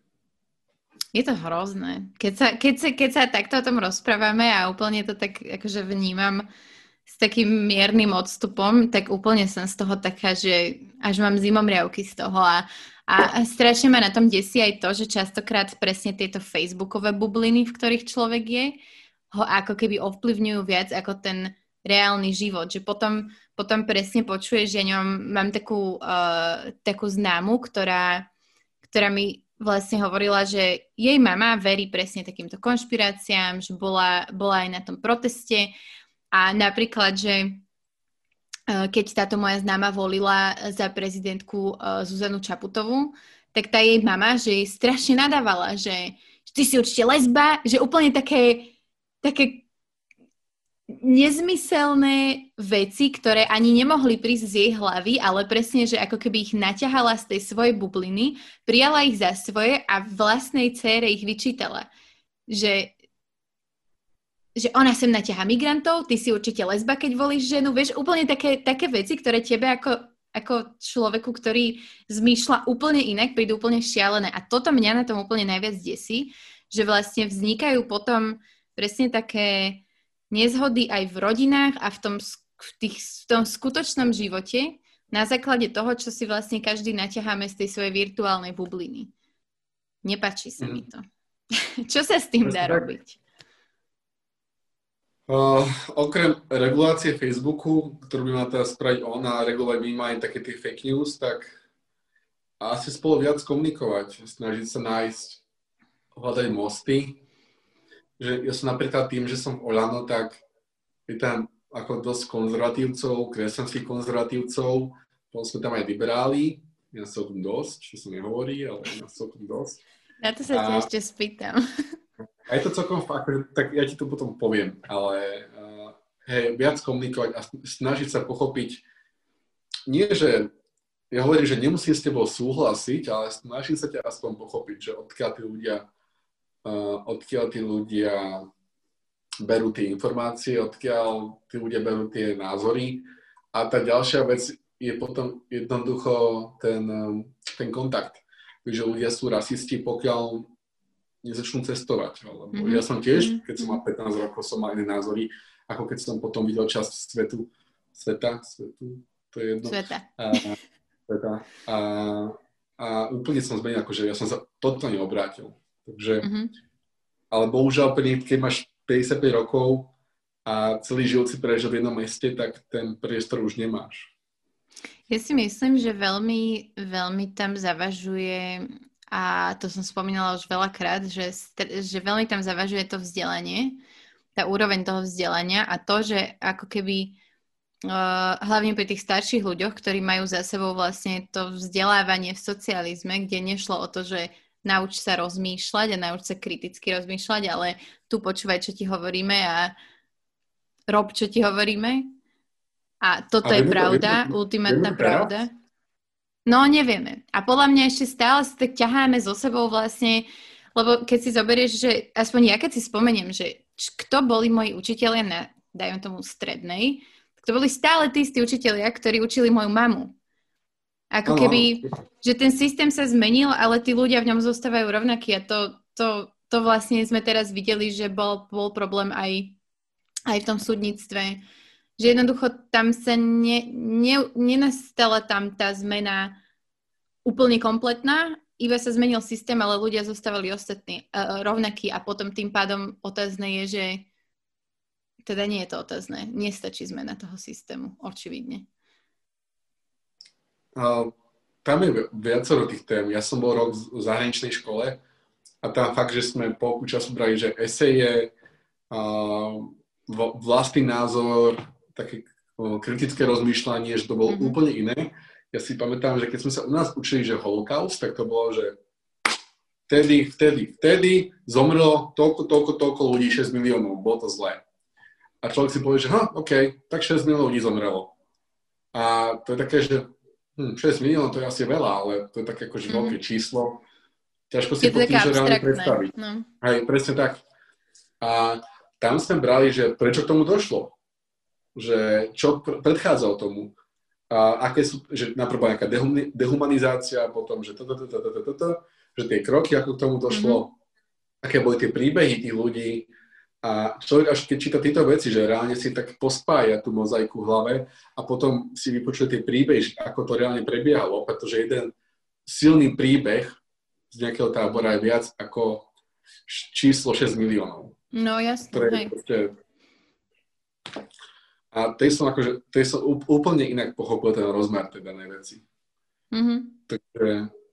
Je to hrozné. Keď sa, keď, sa, keď sa takto o tom rozprávame a úplne to tak akože vnímam s takým miernym odstupom, tak úplne som z toho taká, že až mám zimomriavky z toho a, a, a strašne ma na tom desí aj to, že častokrát presne tieto facebookové bubliny, v ktorých človek je, ho ako keby ovplyvňujú viac ako ten reálny život. Že potom, potom presne počuješ, že ja ňom mám takú, uh, takú známu, ktorá, ktorá mi vlastne hovorila, že jej mama verí presne takýmto konšpiráciám, že bola, bola aj na tom proteste a napríklad, že keď táto moja známa volila za prezidentku Zuzanu Čaputovú, tak tá jej mama, že jej strašne nadávala, že, že ty si určite lesba, že úplne také, také nezmyselné veci, ktoré ani nemohli prísť z jej hlavy, ale presne, že ako keby ich naťahala z tej svojej bubliny, prijala ich za svoje a vlastnej dcére ich vyčítala. Že, že ona sem naťahá migrantov, ty si určite lesba, keď volíš ženu, vieš, úplne také, také veci, ktoré tebe ako, ako človeku, ktorý zmýšľa úplne inak, prídu úplne šialené. A toto mňa na tom úplne najviac desí, že vlastne vznikajú potom presne také nezhody aj v rodinách a v tom, v, tých, v tom skutočnom živote na základe toho, čo si vlastne každý naťaháme z tej svojej virtuálnej bubliny. Nepáči sa mm. mi to. Čo sa s tým dá robiť? Uh, okrem regulácie Facebooku, ktorú by mal teraz spraviť on a regulovať minimálne také tie fake news, tak asi spolu viac komunikovať, snažiť sa nájsť, hľadať mosty. Že ja som napríklad tým, že som v Olano, tak je tam ako dosť konzervatívcov, kresťanských konzervatívcov, potom sme tam aj liberáli, ja sa o tom dosť, čo sa nehovorí, ale ja sa o tom dosť. Na to sa ťa ešte spýtam. A je to celkom fakt, tak ja ti to potom poviem, ale uh, hej, viac komunikovať a snažiť sa pochopiť, nie že, ja hovorím, že nemusím s tebou súhlasiť, ale snažím sa ťa aspoň pochopiť, že odkiaľ tí ľudia Uh, odkiaľ tí ľudia berú tie informácie, odkiaľ tí ľudia berú tie názory. A tá ďalšia vec je potom jednoducho ten, ten kontakt. Takže ľudia sú rasisti, pokiaľ nezačnú cestovať. Lebo mm-hmm. ja som tiež, keď som mal pätnásť rokov, som mal iné názory, ako keď som potom videl časť svetu. Sveta? Svetu? To je jedno. Sveta. A, sveta. A, a úplne som zmenil, akože ja som sa totálne obrátil. Takže, mm-hmm. ale bohužiaľ, keď máš päťdesiatpäť rokov a celý život si prežil v jednom meste, tak ten priestor už nemáš. Ja si myslím, že veľmi, veľmi tam zavažuje, a to som spomínala už veľakrát, že, že veľmi tam zavažuje to vzdelanie, tá úroveň toho vzdelania a to, že ako keby uh, hlavne pri tých starších ľuďoch, ktorí majú za sebou vlastne to vzdelávanie v socializme, kde nešlo o to, že nauč sa rozmýšľať a nauč sa kriticky rozmýšľať, ale tu počúvaj, čo ti hovoríme a rob, čo ti hovoríme. A toto a je pravda, to, ultimátna pravda. No, nevieme. A podľa mňa ešte stále sa tak ťaháme so sebou vlastne, lebo keď si zoberieš, že aspoň ja keď si spomeniem, že kto boli moji učitelia na, dajme tomu, strednej, to boli stále tí istí učitelia, ktorí učili moju mamu. Ako keby, že ten systém sa zmenil, ale tí ľudia v ňom zostávajú rovnakí a to, to, to vlastne sme teraz videli, že bol, bol problém aj, aj v tom súdnictve. Že jednoducho tam sa ne, ne, nenastala tam tá zmena úplne kompletná, iba sa zmenil systém, ale ľudia zostávali ostatní uh, rovnakí a potom tým pádom otázne je, že teda nie je to otázne. Nestačí zmena toho systému, očividne. Uh, tam je viacero tých tém. Ja som bol rok v zahraničnej škole a tam fakt, že sme po času brali, že eseje, uh, vlastný názor, také uh, kritické rozmýšľanie, že to bolo mm-hmm. úplne iné. Ja si pamätám, že keď sme sa u nás učili, že holokaust, tak to bolo, že vtedy, vtedy, vtedy zomrelo toľko, toľko, toľko ľudí, šesť miliónov, bolo to zlé. A človek si povie, že ha, OK, tak šesť miliónov ľudí zomrelo. A to je také, že Hm, šesť miliónov to je asi veľa, ale to je také akože mm. veľké číslo. Ťažko si pod tým, že reálne predstaviť. No. Hej, presne tak. A tam sme brali, že prečo k tomu došlo. Že čo pr- predchádzalo tomu. A aké sú, že najprv nejaká dehum- dehumanizácia, potom, že toto, toto, toto, toto, že tie kroky, ako k tomu došlo, mm-hmm. aké boli tie príbehy tých ľudí. A človek až keď číta tieto veci, že reálne si tak pospája tú mozaiku v hlave a potom si vypočuje tie príbehy, ako to reálne prebiehalo, pretože jeden silný príbeh z nejakého tábora je viac ako číslo šesť miliónov. No jasne, hej. Proste... A tej som, akože, tej som úplne inak pochopil ten rozmer tej danej veci. Mm-hmm. Takže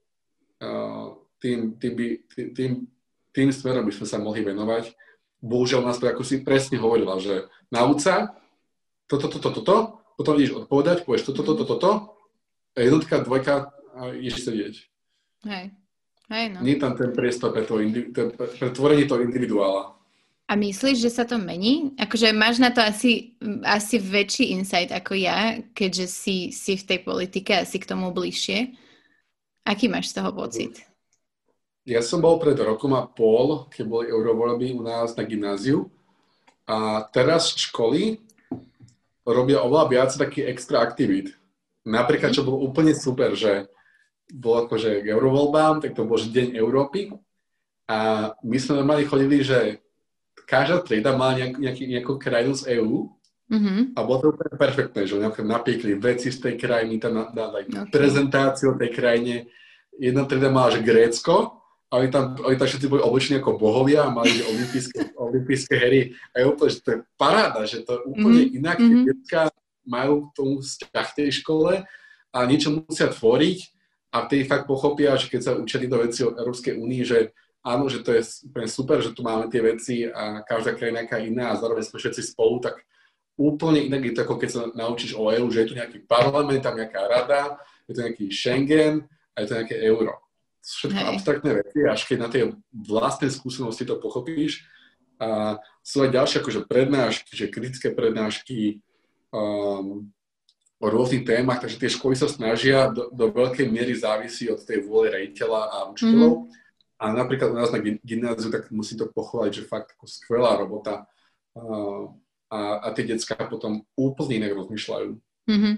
uh, tým, tým, by, tým, tým, tým smerom by sme sa mohli venovať. Bohužiaľ nás to, ako si presne hovorila, že nauč sa toto, toto, toto, potom ideš odpovedať, povieš toto, toto, toto, a jednotka, dvojka a ideš sedieť. Hej. Hej, no. Nie je tam ten priestor pre, to, pre tvorenie toho individuála. A myslíš, že sa to mení? Akože máš na to asi, asi väčší insight ako ja, keďže si, si v tej politike a si k tomu bližšie. Aký máš z toho pocit? Ja som bol pred rokom a pol, keď boli eurovoľby u nás na gymnáziu a teraz školy robia oveľa viac takých extra aktivít. Napríklad, čo bolo úplne super, že bolo akože k eurovoľbám, tak to bol Deň Európy a my sme normálne chodili, že každá trieda mala nejak, nejaký, nejakú krajinu z EÚ mm-hmm. a bolo to úplne perfektné, že napiekli veci z tej krajiny, tam dali okay. prezentáciu o tej krajine. Jedna trieda mala, že Grécko, a oni tam, oni tam všetci boli oblečení ako bohovia a mali olympijské, olympijské hry. A je úplne, že to je paráda, že to je úplne mm-hmm. inak. Mm-hmm. Detská majú k tomu vzťah v tej škole a niečo musia tvoriť a vtedy fakt pochopia, že keď sa učia tieto veci o Európskej únii, že áno, že to je úplne super, že tu máme tie veci a každá krajina nejaká iná a zároveň sme všetci spolu, tak úplne inak je to, ako keď sa naučíš o é ú, že je tu nejaký parlament, tam nejaká rada, je tu nejaký Schengen a je to nejaké euro. Všetko Hej. abstraktné veci, až keď na tej vlastnej skúsenosti to pochopíš. A sú aj ďalšie akože prednášky, že kritické prednášky um, o rôznych témach, takže tie školy sa snažia, do, do veľkej miery závisí od tej vôle riaditeľa a učiteľov. Mm-hmm. A napríklad u nás na gymnáziu, tak musím to pochváliť, že fakt ako skvelá robota uh, a, a tie decká potom úplne inak rozmýšľajú. Mm-hmm.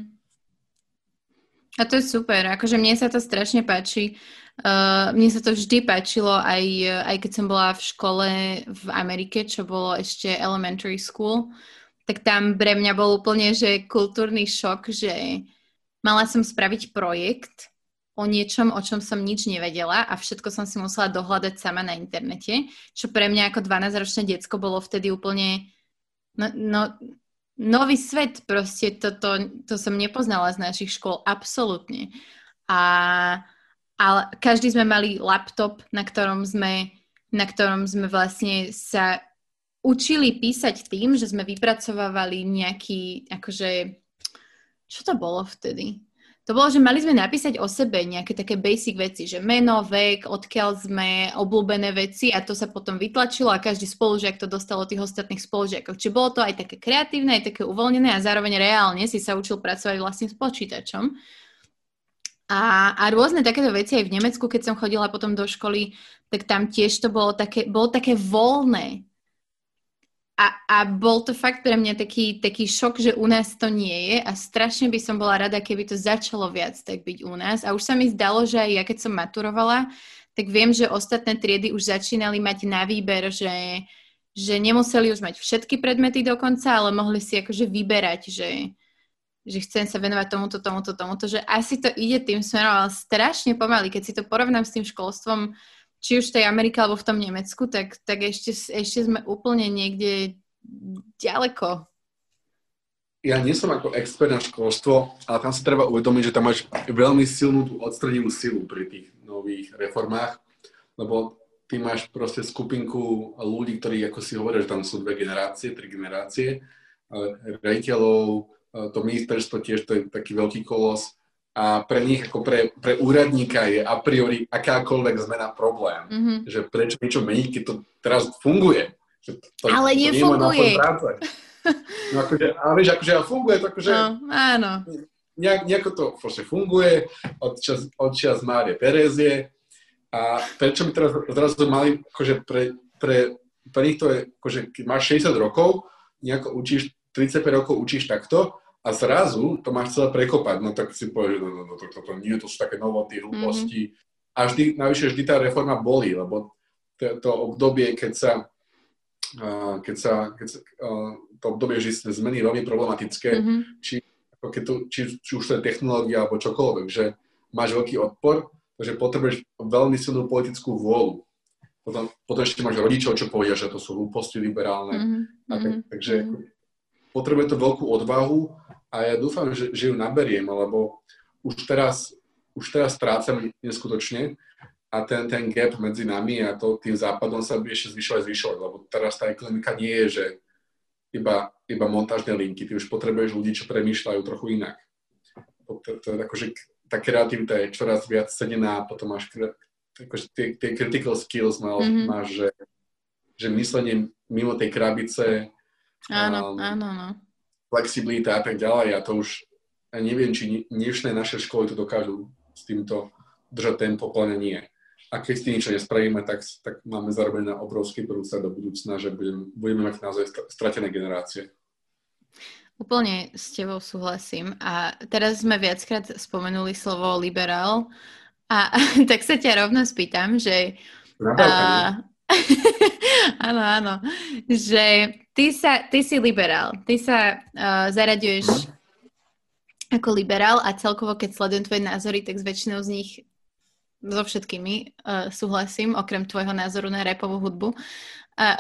A to je super, akože mne sa to strašne páči. Uh, mne sa to vždy páčilo, aj, aj keď som bola v škole v Amerike, čo bolo ešte elementary school, tak tam pre mňa bol úplne, že kultúrny šok, že mala som spraviť projekt o niečom, o čom som nič nevedela a všetko som si musela dohľadať sama na internete, čo pre mňa ako dvanásťročné decko bolo vtedy úplne no, no, nový svet, proste to, to, to som nepoznala z našich škôl, absolútne. A ale každý sme mali laptop, na ktorom sme, na ktorom sme vlastne sa učili písať tým, že sme vypracovávali nejaký, akože, čo to bolo vtedy? To bolo, že mali sme napísať o sebe nejaké také basic veci, že meno, vek, odkiaľ sme, obľúbené veci a to sa potom vytlačilo a každý spolužiak to dostal od tých ostatných spolužiakov. Čiže bolo to aj také kreatívne, aj také uvoľnené a zároveň reálne si sa učil pracovať vlastne s počítačom. A, a rôzne takéto veci aj v Nemecku, keď som chodila potom do školy, tak tam tiež to bolo také, bolo také voľné. A, a bol to fakt pre mňa taký, taký šok, že u nás to nie je a strašne by som bola rada, keby to začalo viac tak byť u nás. A už sa mi zdalo, že aj ja keď som maturovala, tak viem, že ostatné triedy už začínali mať na výber, že, že nemuseli už mať všetky predmety dokonca, ale mohli si akože vyberať, že, že chcem sa venovať tomuto, tomuto, tomuto, že asi to ide tým smerom, ale strašne pomaly. Keď si to porovnám s tým školstvom, či už v tej Amerike alebo v tom Nemecku, tak, tak ešte, ešte sme úplne niekde ďaleko. Ja nie som ako expert na školstvo, ale tam si treba uvedomiť, že tam máš veľmi silnú tú odstredivú silu pri tých nových reformách, lebo ty máš proste skupinku ľudí, ktorí, ako si hovoria, že tam sú dve generácie, tri generácie, riaditeľov, to ministerstvo tiež, to je taký veľký kolos, a pre nich, ako pre, pre úradníka je a priori akákoľvek zmena problém. Mm-hmm. Že prečo niečo meniť, keď to teraz funguje. Že to, ale to nefunguje. No akože, ale vieš, akože funguje to akože... No, áno. Nejak, nejako to proste funguje, od čas, od čas Márie Terézie. A prečo by teraz zrazu mali, akože pre, pre, pre nich to je, akože keď máš šesťdesiat rokov, nejako učíš, tridsaťpäť rokov učíš takto, a zrazu to máš celé prekopať, no tak si povieš, no, no, no to, to, to nie, to sú také novoty, hlúposti. Mm-hmm. A vždy, navyše vždy tá reforma bolí, lebo to, to obdobie, keď sa, uh, keď sa, keď sa uh, to obdobie, že sa zmeny veľmi problematické, mm-hmm. či, ako keď to, či, či už to je technológia alebo čokoľvek, že máš veľký odpor, takže potrebuješ veľmi silnú politickú vôľu. Potom, potom ešte máš rodičov, čo povedia, že to sú hlúposti liberálne. Mm-hmm. A tak, takže mm-hmm. potrebuje to veľkú odvahu a ja dúfam, že, že ju naberiem, lebo už teraz, už teraz strácam neskutočne a ten, ten gap medzi nami a to, tým západom sa bude ešte zvyšovať, zvyšovať, lebo teraz tá ekonomika nie je, že iba, iba montážne linky, ty už potrebuješ ľudí, čo premýšľajú trochu inak. To, to, to je ako, že tá kreativita je čoraz viac cenená, potom máš akože tie, tie critical skills mal, mm-hmm. máš, že, že myslenie mimo tej krabice, áno, um, áno, no. flexibilita a tak ďalej. A to už ja neviem, či dnešné naše školy to dokážu s týmto držať tempo, plne nie. A keď s tým niečo nespravíme, tak, tak máme zarobené na obrovský prúca do budúcna, že budeme, budeme mať naozaj stratené generácie. Úplne s tebou súhlasím. A teraz sme viackrát spomenuli slovo liberál. A tak sa ťa rovno spýtam, že... A... áno, áno. Že ty, sa, ty si liberál. Ty sa uh, zaraďuješ mm. ako liberál a celkovo, keď sledujem tvoje názory, tak s väčšinou z nich so všetkými uh, súhlasím, okrem tvojho názoru na rapovú hudbu. Uh...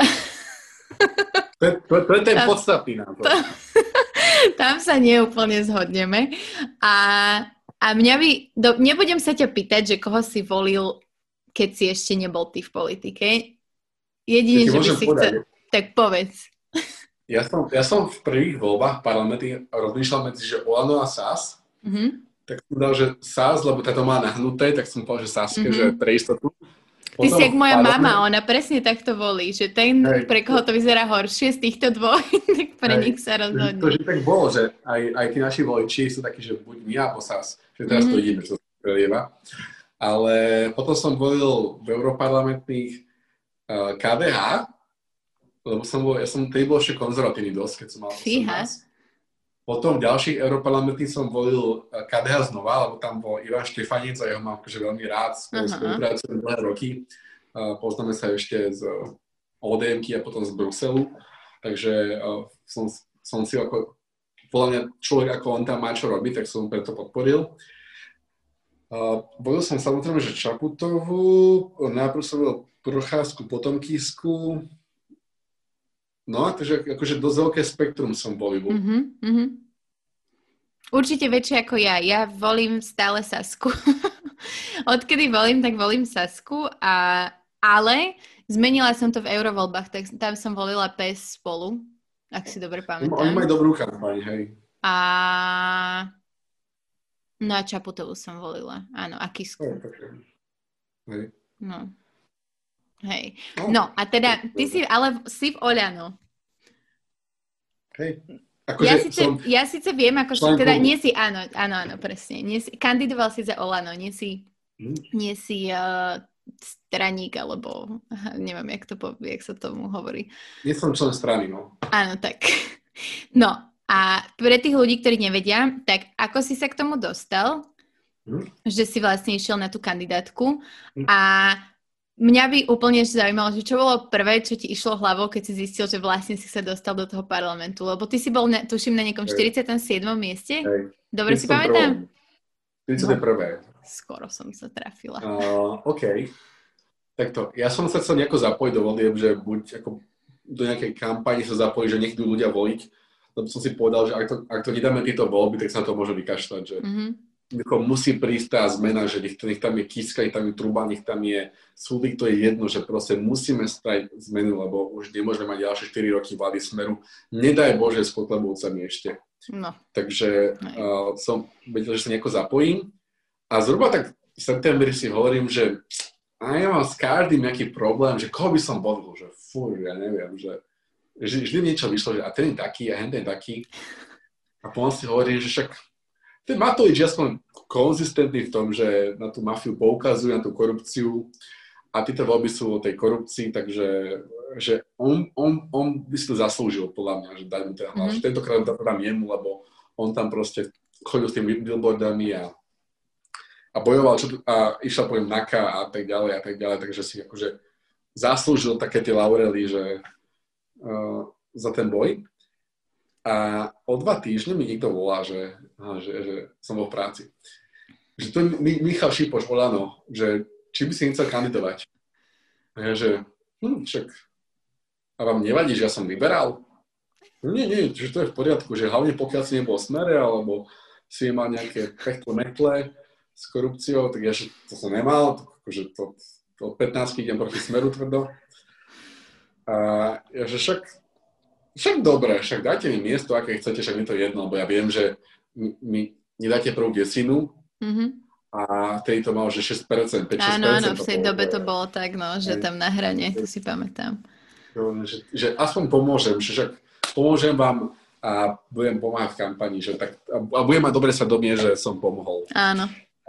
to, to, to je ten podstatný názor. To, tam sa neúplne zhodneme. A, a mňa by... Do, nebudem sa ťa pýtať, že koho si volil, keď si ešte nebol ty v politike. Jedine, že by si chcel... Tak povedz. Ja som, ja som v prvých voľbách parlamenty rozmýšľal medzi, že Olano a es á es. Mm-hmm. Tak som dal, že es á es, lebo táto má nahnuté, tak som povedal, že Saske, mm-hmm. že pre istotu. Ty si jak moja parlament... mama, ona presne takto volí, že ten, hej, pre koho to vyzerá horšie z týchto dvoch, tak pre hej, nich sa rozhodne. To, že tak bolo, že aj, aj tí naši voliči sú takí, že buď my alebo es á es, že teraz mm-hmm. to ideme, čo sa prelieva. Ale potom som volil v europarlamentných uh, ká dé há, lebo som bol, ja som tedy bol ešte konzervatívny dosť, keď som mal osemnásť. Potom v ďalších europarlamentných som volil ká dé há znova, lebo tam bol Ivan Štefanec a jeho mám akože veľmi rád, spolupracujem dlhé roky. Uh, poznáme sa ešte z ó dé emky a potom z Bruselu, takže uh, som, som si ako, podľa mňa človek ako on tam má čo robiť, tak som preto podporil. Uh, volil som samozrejme, že Čaputovú, najprv som volil Procházku, potom Kisku. No, takže akože dosť veľké spektrum som volil. Mm-hmm, mm-hmm. Určite väčšie ako ja. Ja volím stále Sasku. Odkedy volím, tak volím Sasku. A, ale zmenila som to v eurovoľbách, tak tam som volila pé es Spolu, ak si dobre pamätám. Oni majú dobrú kampaň, hej. A... No a Čaputovú som volila. Áno, a Kisku. Hej. No. Hej. No a teda, ty si ale si v Oľano. Hej. Akože ja, síce, som... ja síce viem, ako si, teda nie si, áno, áno, áno, presne. Nie si, kandidoval si za Olano, nie si, hmm. nie si uh, straník, alebo neviem, jak, to, jak sa tomu hovorí. Nie som člen strany, no. Áno, tak. No, a pre tých ľudí, ktorí nevedia, tak ako si sa k tomu dostal, hmm. že si vlastne išiel na tú kandidátku hmm. a mňa by úplne zaujímalo, že čo bolo prvé, čo ti išlo hlavou, keď si zistil, že vlastne si sa dostal do toho parlamentu, lebo ty si bol, na, tuším, na nejakom štyridsiatom siedmom mieste? Hej. Dobre si pamätám? štyridsiate prvé. No, skoro som sa trafila. Uh, OK. Takto, ja som sa chcel nejako zapojiť do volieb, že buď ako do nejakej kampani sa zapojiť, že nech idú ľudia voliť, lebo som si povedal, že ak to, ak to nedáme tieto voľby, tak sa na to môže vykašľať, že mm-hmm. musí prísť tá zmena, že nech, nech tam je Kiska, nech tam je Truba, nech tam je Sulík, to je jedno, že proste musíme spraviť zmenu, lebo už nemôžeme mať ďalšie štyri roky vlády Smeru. Nedaj Bože s Kotlebovcami ešte. No. Takže uh, som vedel, že sa nejako zapojím. A zhruba tak v septembri si hovorím, že a ja mám s každým nejaký problém, že koho by som volil, že fú, ja neviem, že vždy, vždy niečo vyšlo, že a ten je taký, a hen ten je taký. A potom si hovorím, že však ten Matovič je aspoň konzistentný v tom, že na tú mafiu poukazuje, na tú korupciu a títo voľby sú o tej korupcii, takže že on, on, on by si to zaslúžil, podľa mňa, že dať mu ten hlas. Mm-hmm. Tentokrát to dám jemu, lebo on tam proste chodil s tými billboardami a, a bojoval čo, a išiel poviem NAKA a tak ďalej a tak ďalej, takže si akože zaslúžil také tie laurely, že uh, za ten boj. A o dva týždne mi niekto volá, že, že, že som bol v práci. Že to je Michal Šipoš, Olano, že či by si nechcel kandidovať. A ja, že hm, však a vám nevadí, že ja som liberál? No nie, nie, že to je v poriadku, že hlavne pokiaľ si nebol v Smere, alebo si mal nejaké pechtle-metle s korupciou, tak ja, že to som nemal, akože to, to od pätnástky idem proti Smeru tvrdo. A ja, že však Však dobre, však dajte mi miesto, aké chcete, však mi to jedno, lebo ja viem, že mi, mi nedáte prvú desinu mm-hmm. a vtedy to malo, že šesť percent, päť šesť percent. Áno, áno, v tej dobe to bolo tak, no, že tam na hrane, to si pamätám. Že, že aspoň pomôžem, že však pomôžem vám a budem pomáhať v kampani, že tak, a budem mať dobre svedomie, že som pomohol. Áno.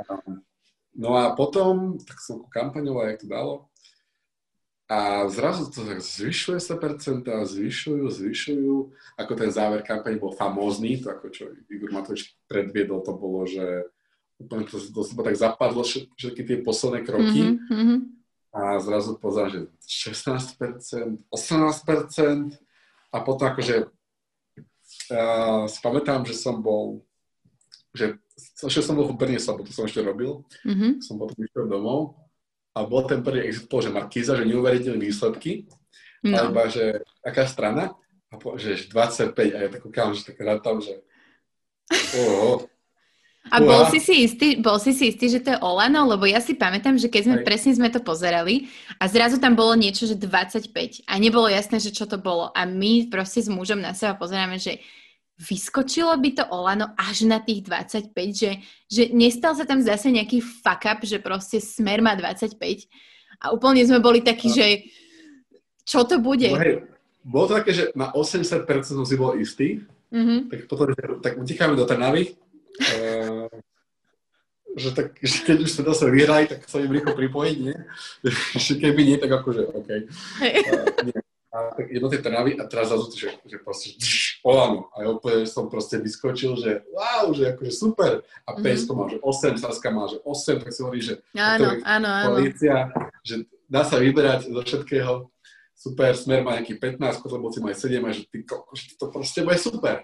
No a potom, tak som kampaňoval, jak to dalo. A zrazu to tak zvyšuje sa percentá, zvyšujú, zvyšujú. Ako ten záver kampane bol famózny, to ako čo Igor Matovič predviedol, to bolo, že úplne to, to sa tak zapadlo všetky tie posledné kroky. Mm-hmm. A zrazu pozerám, že šestnásť percent, osemnásť percent a potom akože uh, si pamätám, že som bol, že, že som bol v Brne sobotu, som ešte robil, mm-hmm. som potom išiel domov. A bol ten prvý exit poll, že Markíza, že neuveriteľné výsledky, no. alebo že aká strana, a po, že dvadsaťpäť, a ja tak kúkam, že tak rátam, že oho. A bol si si istý, bol si si istý, že to je Olano? Lebo ja si pamätám, že keď sme, Aj. presne sme to pozerali a zrazu tam bolo niečo, že dvadsaťpäť a nebolo jasné, že čo to bolo. A my proste s mužom na seba pozeráme, že vyskočilo by to Olano až na tých dvadsaťpäť, že, že nestal sa tam zase nejaký fuck up, že proste Smer má dvadsaťpäť a úplne sme boli takí, no. že čo to bude? No hej, bolo to také, že na osemdesiat percent som si bol istý, mm-hmm. tak potom tak utíkame do Trnavy, uh, že, tak, že keď už sa dosť vyhrali, tak sa im rýchlo pripojiť, nie? Že keby nie, tak akože okej. Okay. Uh, nie. A tak jedno tej Trnavy a teraz zrazu, že, že proste Olano. A ja úplne som proste vyskočil, že wow, že akože super. A Pesko mm-hmm. má, že osem, Saska má, že osem, tak si hovorí, že áno, áno, áno. koalícia, že dá sa vyberať zo všetkého. Super, Smer má nejaký pätnásť, Kotlebovci majú sedem a že ty, že to proste bude super.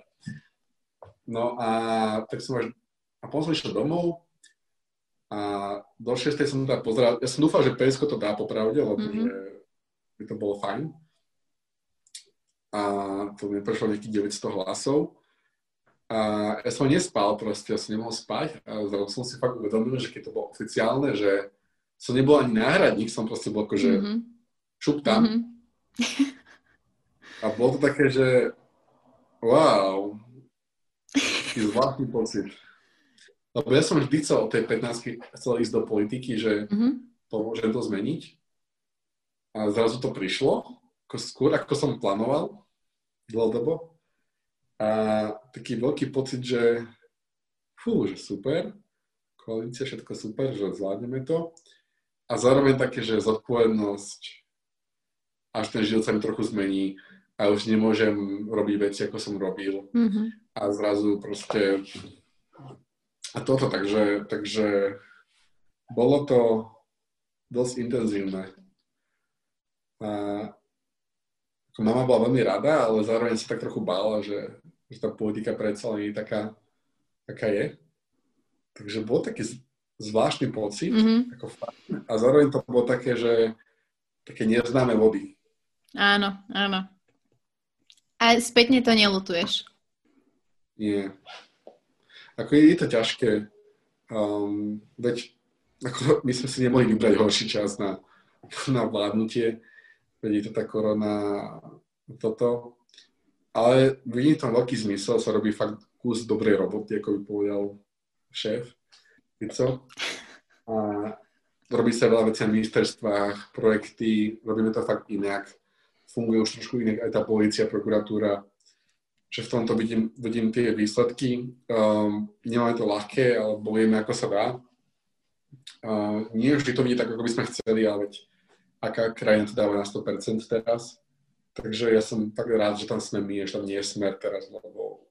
No a tak som až, a potom som išiel domov a do šiestej som teda pozeral, ja som dúfal, že Pesko to dá popravde, lebo mm-hmm. že by to bolo fajn. A to mi prešlo nejakých deväťsto hlasov. A ja som nespal proste, ja som nemohol spať a zrazu som si fakt uvedomil, že keď to bolo oficiálne, že som nebol ani náhradník, som proste bol akože mm-hmm. šup tam. Mm-hmm. A bolo to také, že wow, taký zvláštny pocit. Lebo ja som vždy chcel od tej pätnástky chcel ísť do politiky, že mm-hmm. pomôžem to zmeniť. A zrazu to prišlo, ako skôr, ako som plánoval dlhodobo. A taký veľký pocit, že fú, že super, koalícia, všetko super, že zvládneme to. A zároveň také, že zodpovednosť, až ten život sa mi trochu zmení a už nemôžem robiť veci, ako som robil. Mm-hmm. A zrazu proste... A toto, takže, takže bolo to dosť intenzívne. A ako mama bola veľmi rada, ale zároveň sa tak trochu bála, že, že tá politika predsa len je taká, taká je. Takže bol taký zvláštny pocit, mm-hmm. ako fajn. A zároveň to bolo také, že také neznáme vody. Áno, áno. A spätne to neľutuješ? Nie. Ako je, je to ťažké. Um, veď ako, my sme si nemohli vybrať horší čas na, na vládnutie. Veď je to tá korona, toto. Ale vidím tam veľký zmysel, sa robí fakt kus dobrej roboty, ako by povedal šéf Fico. A robí sa veľa vecí na ministerstvách, projekty, robíme to fakt inak. Funguje už trošku inak aj tá polícia, prokuratúra. Že v tomto vidím, vidím tie výsledky. Um, nemáme to ľahké, ale bojujeme, ako sa dá. Uh, nie vždy to vidí tak, ako by sme chceli, ale veď aká krajina to dáva na sto percent teraz. Takže ja som tak rád, že tam sme my, že tam nie je Smer teraz, lebo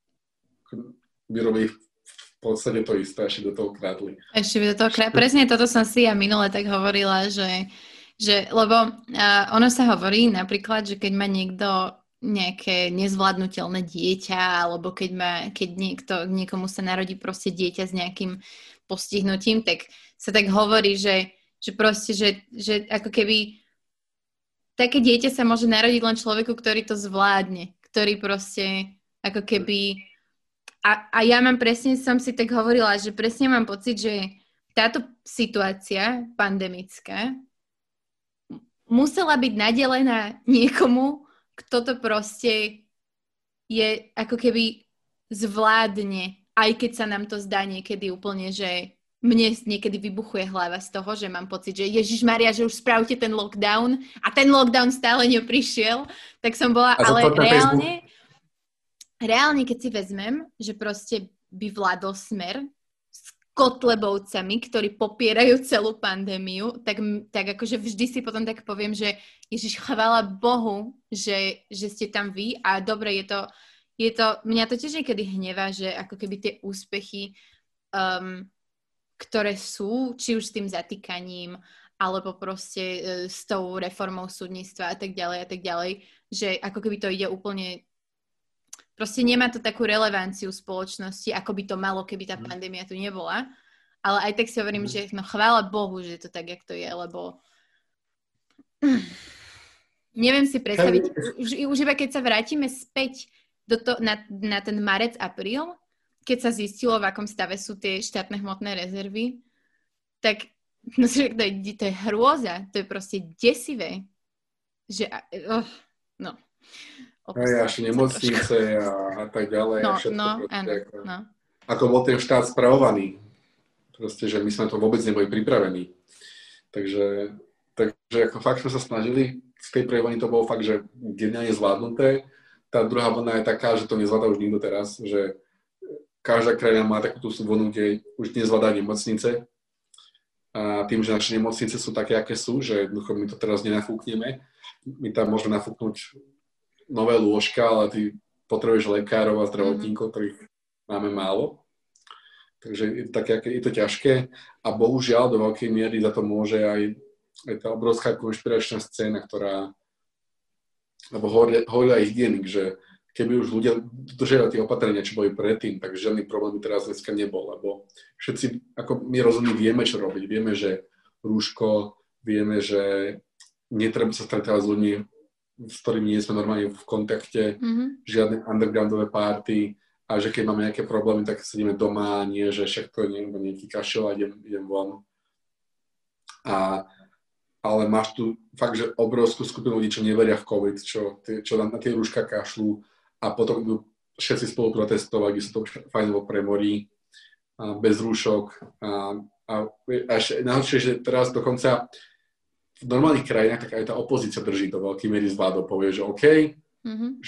by robili v podstate to isté, ešte do toho krádli. Ešte by do toho krádli. Presne toto som si ja minule tak hovorila, že, že lebo uh, ono sa hovorí napríklad, že keď má niekto nejaké nezvládnutelné dieťa, alebo keď, má, keď niekto, niekomu sa narodí proste dieťa s nejakým postihnutím, tak sa tak hovorí, že, že proste, že, že ako keby také dieťa sa môže narodiť len človeku, ktorý to zvládne, ktorý proste ako keby a, a ja mám presne, som si tak hovorila, že presne mám pocit, že táto situácia pandemická musela byť nadelená niekomu, kto to proste je ako keby zvládne, aj keď sa nám to zdá niekedy úplne, že mne niekedy vybuchuje hlava z toho, že mám pocit, že Ježišmaria, že už spravte ten lockdown a ten lockdown stále neprišiel, tak som bola, ale reálne, reálne, keď si vezmem, že proste by vládol Smer s Kotlebovcami, ktorí popierajú celú pandémiu, tak, tak akože vždy si potom tak poviem, že Ježiš, chvála Bohu, že, že ste tam vy a dobre, je to, je to, mňa to tiež niekedy hnevá, že ako keby tie úspechy, um, ktoré sú, či už s tým zatýkaním, alebo proste uh, s tou reformou súdnictva a tak ďalej a tak ďalej, že ako keby to ide úplne, proste nemá to takú relevanciu spoločnosti, ako by to malo, keby tá pandémia tu nebola. Ale aj tak si hovorím, že no chvála Bohu, že je to tak, jak to je, lebo neviem si predstaviť, už, už iba keď sa vrátime späť do to, na, na ten marec, apríl, keď sa zistilo, v akom stave sú tie štátne hmotné rezervy, tak no, to, je, to je hrôza, to je proste desivé. Že, oh, no. Aj až nemocnice a, a tak ďalej. No, a všetko no, proste, áno, ako, no. ako bol ten štát spravovaný. Proste, že my sme to vôbec neboli pripravení. Takže, takže ako fakt sme sa snažili, z tej prvej vlny to bolo fakt, že geniálne zvládnuté. Tá druhá vlna je taká, že to nezvládá už nikto teraz, že každá krajina má takúto vlnu, kde už nezvládá nemocnice. A tým, že naše nemocnice sú také, aké sú, že jednoducho my to teraz nenafúkneme. My tam môžeme nafúknuť nové lôžka, ale ty potrebuješ lekárov a zdravotníkov, ktorých máme málo. Takže je to, také, je to ťažké a bohužiaľ do veľkej miery za to môže aj, aj tá obrovská konšpiračná scéna, ktorá alebo hovorí aj hygienik, že keby už ľudia dodržiavali tie opatrenia, čo boli predtým, tak žiadny problém teraz dneska nebol, lebo všetci, ako my rozumní, vieme, čo robiť. Vieme, že rúško, vieme, že netreba sa stretávať s ľuďmi, s ktorými nie sme normálne v kontakte, mm-hmm. žiadne undergroundové party, a že keď máme nejaké problémy, tak sedíme doma, nie, že však to je nejaký kašel a idem, idem von. A, ale máš tu fakt, že obrovskú skupinu ľudí, čo neveria v COVID, čo, čo na, na tie rúška kašľú a potom idú všetci spolu protestovať, kde sa to fajnovo premorí, a bez rúšok. A, a, a ešte najhoršie, že teraz dokonca v normálnych krajinách tak aj tá opozícia drží do veľkej miery z vládou, povie, že OK, mm-hmm. že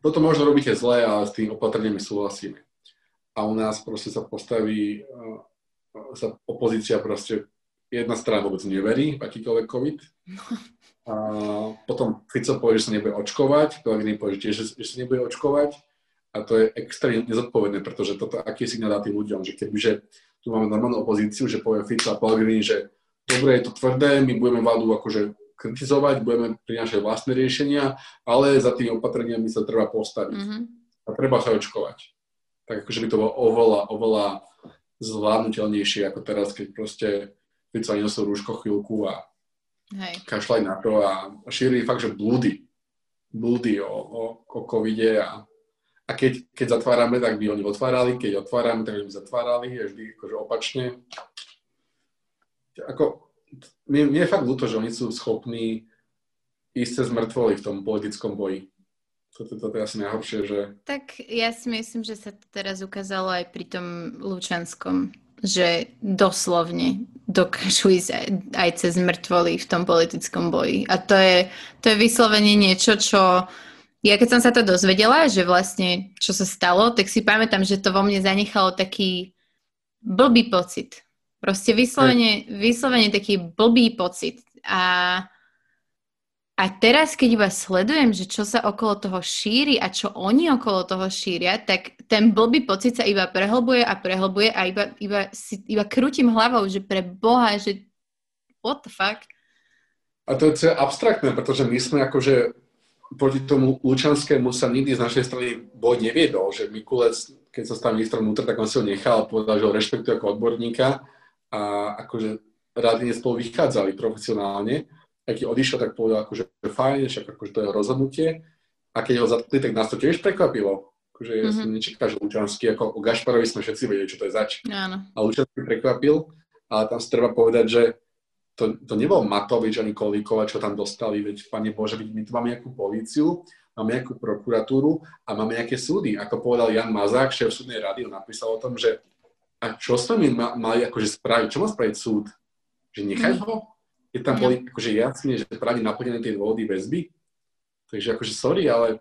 toto možno robíte zle, ale s tým opatreniami súhlasíme. A u nás proste sa postaví, sa opozícia proste, jedna strana vôbec neverí v akýkoľvek COVID. A potom Fico povie, že sa nebude očkovať, Pellegrini povie, že, že sa nebude očkovať. A to je extrémne nezodpovedné, pretože toto aký je signál dá tým ľuďom, že kebyže tu máme normálnu opozíciu, že povie Fico a Pellegrini, že dobre, je to tvrdé, my budeme vládu akože kritizovať, budeme prinášať vlastné riešenia, ale za tými opatreniami sa treba postaviť. Mm-hmm. A treba sa očkovať. Tak akože by to bolo oveľa, oveľa zvládnutelnejšie ako teraz, keď proste Fico ani nosil rúško chvíľku a Hej. kašľaj na to a šíri fakt, že blúdy. Blúdy o, o, o covide a, a keď, keď zatvárame, tak by oni otvárali, keď otvárame, tak by zatvárali, je vždy akože opačne. Ako, mne, mne je fakt ľúto, že oni sú schopní ísť cez mŕtvoly v tom politickom boji. Toto, toto je asi najhoršie, že... Tak ja si myslím, že sa to teraz ukázalo aj pri tom Lučanskom, že doslovne dokážu ísť aj, aj cez mŕtvoly v tom politickom boji. A to je, to je vyslovene niečo, čo... Ja keď som sa to dozvedela, že vlastne čo sa stalo, tak si pamätám, že to vo mne zanechalo taký blbý pocit. Proste vyslovene, vyslovene taký blbý pocit. A... A teraz, keď iba sledujem, že čo sa okolo toho šíri a čo oni okolo toho šíria, tak ten blbý pocit sa iba prehlbuje a prehlbuje a iba, iba, si, iba krútim hlavou, že pre Boha, že what the fuck? A to je abstraktné, pretože my sme akože proti tomu Lučanskému sa nikdy z našej strany boj neviedol, že Mikulec, keď sa stal ministrom vnútra, tak on si ho nechal, povedal, že ho rešpektuje ako odborníka a akože rady spolu vychádzali profesionálne. A keď odišiel, tak povedal, akože fajn, však akože to je rozhodnutie. A keď ho zatkli, tak nás to tiež prekvapilo. Akože ja mm-hmm. som nečakal, že Lučanský, ako o Gašparovi sme všetci vedeli, čo to je zač. Áno. A Lučanský prekvapil, ale tam si treba povedať, že to, to nebol Matovič ani Kolíkova, čo tam dostali, veď, Pane Bože, my tu máme nejakú políciu, máme nejakú prokuratúru a máme nejaké súdy. Ako povedal Jan Mazák, šéf súdnej rady, on napísal o tom, že a čo sme my mali akože spraviť? Čo má spraviť súd? Že nechať mm-hmm. ho? Keď tam boli akože jasne, že práve naplnené tie dôvody väzby. Takže akože sorry, ale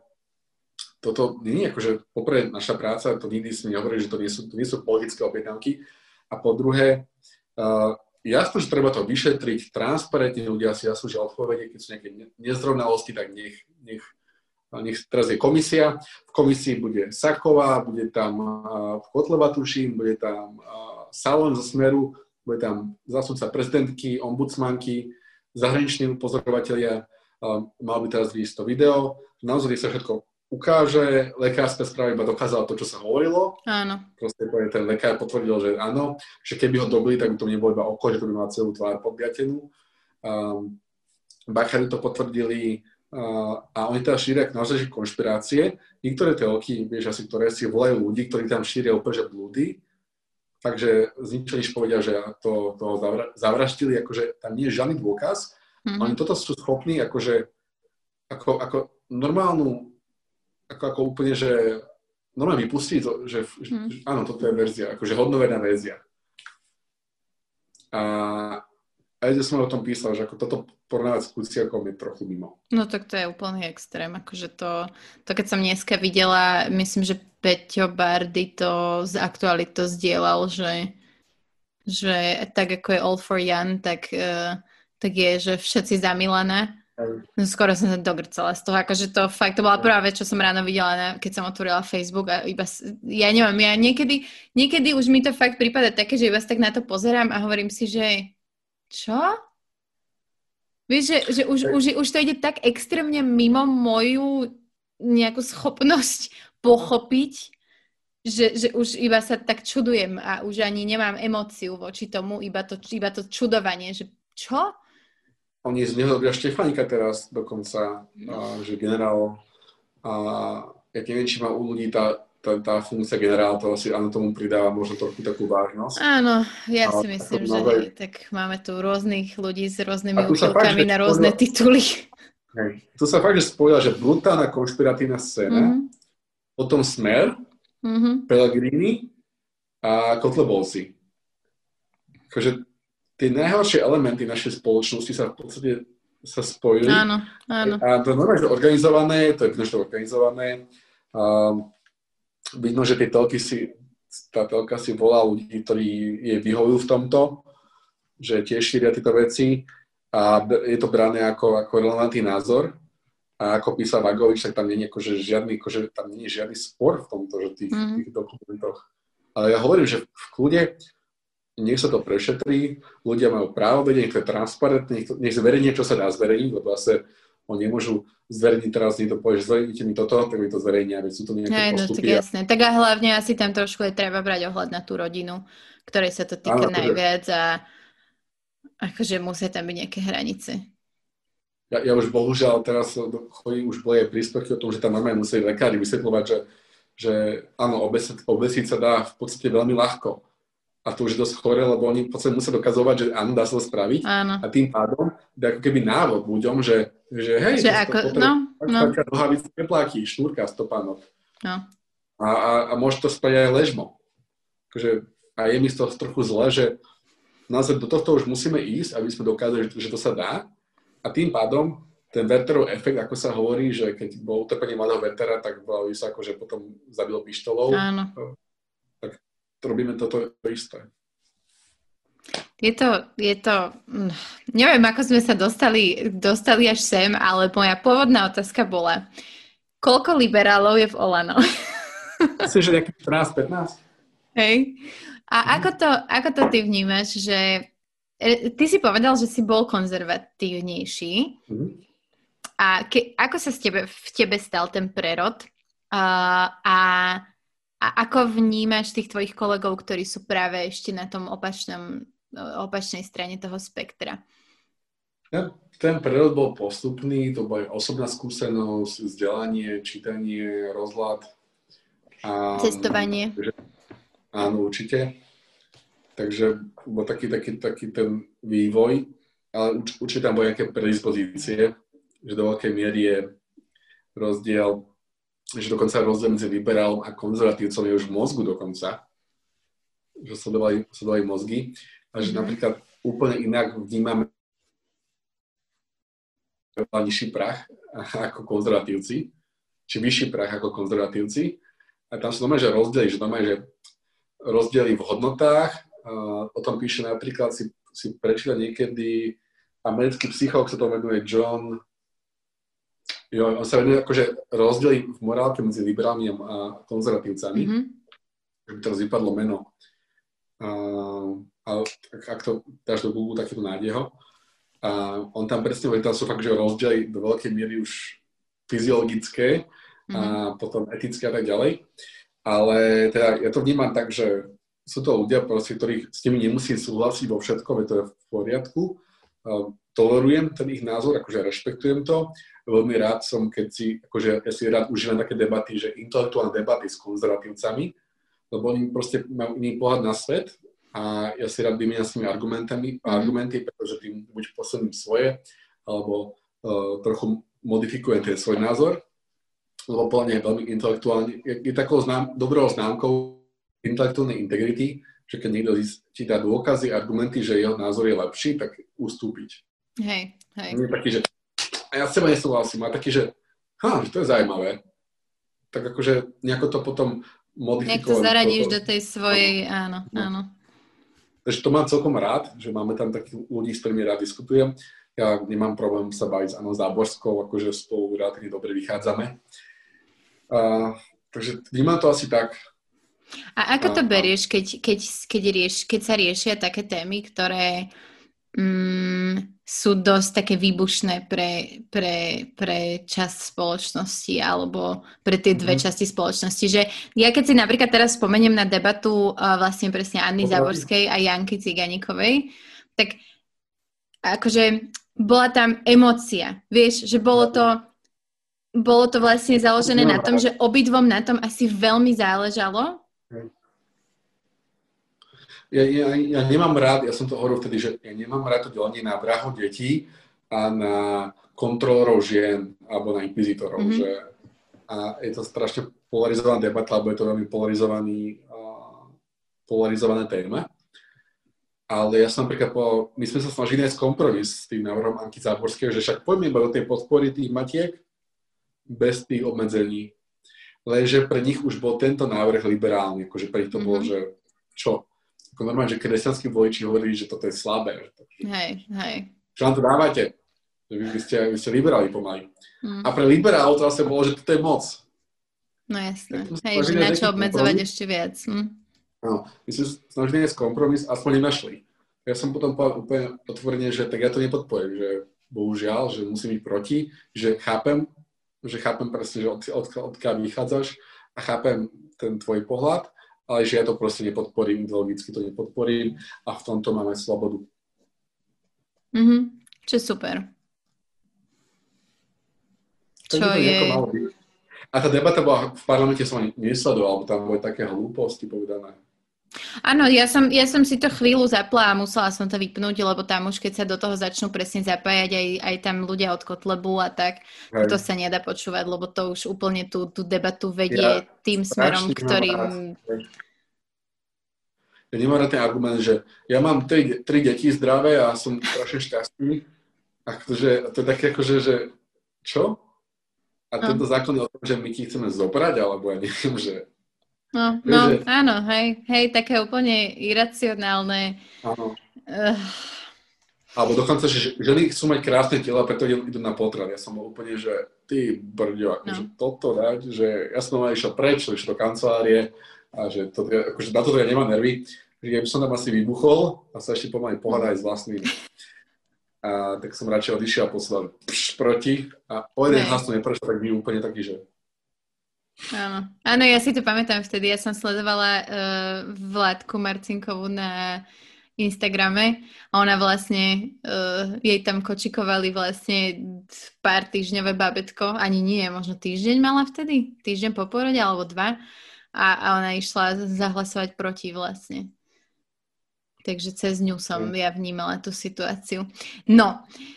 toto nie je akože popred naša práca, to nikdy si nehovorí, že to nie sú, to nie sú politické objednávky. A po druhé, uh, jasno, že treba to vyšetriť, transparentne ľudia si jasno, že odpovede, keď sú nejaké nezrovnalosti, tak nech, nech, nech teraz je komisia. V komisii bude Saková, bude tam uh, Kotleba, tuším, bude tam uh, Salon zo Smeru, bude tam zástupca prezidentky, ombudsmanky, zahraniční pozorovatelia, um, mal by teraz výjsť to video, naozaj sa všetko ukáže, lekárska správa iba dokázala to, čo sa hovorilo. Áno. Proste ten lekár potvrdil, že áno, že keby ho dobili, tak by to nebolo iba oko, že to by mal celú tvár podbiatenú. Um, Bachari to potvrdili uh, a oni teda šíria naozaj konšpirácie. Niektoré telky, vieš asi, ktoré si volajú ľudí, ktorí tam šíria úplne že blúdy. Takže z ničo nič povedia, že to, toho zavra- zavraždili, akože tam nie je žiadny dôkaz. Mm-hmm. Oni toto sú schopní, akože, ako, ako normálnu, ako, ako úplne, že normálne vypustiť, to, že, mm. že áno, toto je verzia, akože hodnoverná verzia. A aj že som o tom písal, že ako toto porovnávať s Kuciakom je trochu mimo. No tak to je úplný extrém, akože to, to keď som dneska videla, myslím, že Peťo Bardy to z Aktuality zdieľal, že, že tak ako je All for Jan, tak, uh, tak je, že všetci za Milana. No, skoro som sa dogrcala z toho, akože to fakt, to bola prvá vec, čo som ráno videla, na, keď som otvorila Facebook a iba, ja neviem, ja niekedy, niekedy už mi to fakt prípada také, že iba tak na to pozerám a hovorím si, že čo? Vieš, že, že už, už, už to ide tak extrémne mimo moju nejakú schopnosť pochopiť, že, že už iba sa tak čudujem a už ani nemám emóciu voči tomu, iba to, iba to čudovanie, že čo? Oni z neho robia Štefánika teraz dokonca, a, že generál, a ja neviem, či má u ľudí tá, tá, tá funkcia generála, to asi áno, tomu pridáva možno trochu takú vážnosť. Áno, ja si ale myslím, že naozaj... tak máme tu rôznych ľudí s rôznymi úchylkami na rôzne spojila... tituly. Hej. Tu sa fakt, že spojila, že brutálna konšpiratívna scéna, mm-hmm. potom Smer, mm-hmm. Pellegrini a Kotlebovci. Akože tie najhoršie elementy našej spoločnosti sa v podstate sa spojili. Áno, áno. A to je normálne, že organizované, to je to organizované. Uh, vidno, že tie telky si, tá telka si volá ľudí, ktorí jej vyhovujú v tomto, že tiež šíria tieto veci a je to brané ako, ako relevantný názor. A ako písal Vagovič, tak tam nie je akože žiadny, akože tam nie je žiadny spor v tomto, že tých, mm. tých dokumentoch. Ale ja hovorím, že v kľude nech sa to prešetrí, ľudia majú právo vedieť, nech to je transparentné, nech, to, nech zverejnie, čo sa dá zverejniť, lebo zase oni nemôžu zverejniť teraz, niekto povie, že zverejnite mi toto, tak mi to zverejnia, veď sú to nejaké Hej, no, postupy. Tak jasné. Tak a hlavne asi tam trošku je treba brať ohľad na tú rodinu, ktorej sa to týka Áno, najviac a akože musia tam byť nejaké hranice. Ja, ja už bohužiaľ teraz chodím, už boli aj príspevky o tom, že tam normálne museli lekári vysvetľovať, že, že áno, obesiť, obesiť sa dá v podstate veľmi ľahko. A to už je dosť chore, lebo oni v podstate musia dokazovať, že áno, dá sa to spraviť. Áno. A tým pádom dá ako keby návod ľuďom, že, že hej, že ako, to no, no. taká nohavica neplatí, šnúrka, stopánok. No. A, a, a môže to spraviť aj ležmo. Takže, a je mi z toho trochu zle, že naozaj do tohto už musíme ísť, aby sme dokázali, že, že to sa dá. A tým pádom ten Wertherov efekt, ako sa hovorí, že keď bolo utrpenie mladého Werthera, tak bolo sa ako, že potom zabilo pištolou. Áno. Tak to robíme toto isté. Je to, je to, neviem, ako sme sa dostali, dostali až sem, ale moja pôvodná otázka bola, koľko liberálov je v Olano? Asi, že nejakých štrnásť pätnásť. Hej. A mm. ako, to, ako to ty vnímaš, že ty si povedal, že si bol konzervatívnejší. Mm-hmm. A ke, ako sa z tebe, v tebe stal ten prerod? Uh, a, a ako vnímaš tých tvojich kolegov, ktorí sú práve ešte na tom opačnom, opačnej strane toho spektra? Ja, ten prerod bol postupný, to bola osobná skúsenosť, vzdelanie, čítanie, rozhľad. A, Cestovanie. Že, áno, určite. Takže bol taký, taký, taký ten vývoj, ale urč, určite tam boli nejaké predispozície, že do veľkej miery je rozdiel, že dokonca rozdiel medzi liberálom a konzervatívcom je už v mozgu dokonca, že sledovali, sledovali mozgy a že mm-hmm. napríklad úplne inak vnímame nižší prach ako konzervatívci, či vyšší prach ako konzervatívci a tam sú normálne, že rozdiely, že normálne, že rozdiely v hodnotách. Uh, o tom píše napríklad, si, si prečíta niekedy americký psychológ, sa to venuje John, jo, on sa venuje akože rozdiely v morálke medzi liberálmi a konzervatívcami. Mm-hmm. Že by teraz vypadlo meno. Uh, ale ak, ak to dáš do Google, tak je to nájde ho. A on tam presne hovorí, tam sú fakt, že rozdiely do veľkej miery už fyziologické mm-hmm. a potom etické a tak ďalej. Ale teda ja to vnímam tak, že sú to ľudia, proste, ktorých s nimi nemusím súhlasiť vo všetkom, je to v poriadku. Uh, tolerujem ten ich názor, akože rešpektujem to. Veľmi rád som, keď si, akože ja si rád užívam také debaty, že intelektuálne debaty s konzervatívcami, lebo oni proste majú iný pohľad na svet a ja si rád vymieňam s nimi argumentami, mm. argumenty, pretože tým buď posilním svoje, alebo uh, trochu modifikujem ten svoj názor, lebo podľa mňa je veľmi intelektuálne, je, je takou znám, dobrou známkou intelektuálnej integrity, že keď niekto ti dá dôkazy, argumenty, že jeho názor je lepší, tak ustúpiť. Hej, hej. Nie je taký, že ja s teba nesúhlasím, a taký, že ha, to je zaujímavé. Tak akože nejako to potom modifikovať. Nejak to zaradíš do tej svojej, áno, áno. áno. Takže to mám celkom rád, že máme tam takých ľudí, s ktorými rád diskutujem. Ja nemám problém sa baviť s Anou Záborskou, akože spolu relatívne dobre vychádzame. Uh, takže vnímam to asi tak. A ako to berieš, keď, keď, keď, rieš, keď sa riešia také témy, ktoré mm, sú dosť také výbušné pre, pre, pre časť spoločnosti alebo pre tie dve mm. časti spoločnosti? Že ja keď si napríklad teraz spomeniem na debatu uh, vlastne presne Anny Záborskej a Janky Ciganíkovej, tak akože bola tam emócia. Vieš, že bolo to, bolo to vlastne založené na tom, že obidvom na tom asi veľmi záležalo. Ja, ja, ja nemám rád, ja som to hovoril vtedy, že ja nemám rád to delenie na vrahov detí a na kontrolorov žien alebo na inkvizitorov. Mm-hmm. Že, a je to strašne polarizovaná debata, alebo je to veľmi polarizovaný, uh, polarizovaná téma. Ale ja som napríklad povedal, my sme sa snažili nájsť kompromis s tým návrhom Anky Záborskej, že však poďme iba do tej podpory tých matiek bez tých obmedzení. lenže pre nich už bol tento návrh liberálny, akože pre nich to mm-hmm. bolo, že čo? Ako normálne, že kresťanskí voliči hovorili, že toto je slabé. Takže, hej, hej. Čo nám to dávate? Že vy, vy, ste, vy ste liberáli pomaly. Mm. A pre liberálov to zase bolo, že toto je moc. No jasné. Hej, že na čo obmedzovať ešte viac. Hm? No, my sme snažili nájsť kompromis, aspoň nenašli. Ja som potom povedal úplne otvorene, že tak ja to nepodporím, že bohužiaľ, že musím byť proti, že chápem, že chápem presne, že od, od, odkiaľ vychádzaš a chápem ten tvoj pohľad, ale že ja to proste nepodporím, ideologicky to nepodporím a v tomto máme slobodu. Mhm, čo super. Čo je... A tá debata bola v parlamente, som ani nesledoval, alebo tam boli také hlúposti povedané. Áno, ja som, ja som si to chvíľu zapla a musela som to vypnúť, lebo tam už keď sa do toho začnú presne zapájať aj, aj tam ľudia od Kotlebu a tak, hej. To sa nedá počúvať, lebo to už úplne tú, tú debatu vedie ja, tým smerom, ktorým... Ja nemám rád ten argument, že ja mám tri, tri deti zdravé a som strašne šťastný. A že, to je také akože, že čo? A no. Tento zákon je o tom, že my ich chceme zobrať, alebo ja neviem, že... No, no že... áno, hej, hej, také úplne iracionálne. Áno. Uh... Alebo dokonca, že ženy chcú mať krásne tela, preto idú na potrat. Ja som bol úplne, že ty brďo, akože no. Toto dať, že ja som aj išiel preč, išiel do kancelárie a že to, akože na toto ja nemám nervy. Že ja by som tam asi vybuchol a sa ešte pomaly pohľadať s vlastnými. A tak som radšej odišiel a poslal pš, proti a o jeden hlas to neprešlo, tak by úplne taký, že... Áno. Áno, ja si to pamätám vtedy, ja som sledovala uh, Vládku Marcinkovú na Instagrame a ona vlastne, uh, jej tam kočikovali vlastne pár týždňové babetko, ani nie, možno týždeň mala vtedy, týždeň po porode alebo dva a, a ona išla zahlasovať proti vlastne. Takže cez ňu som mm. ja vnímala tú situáciu. No,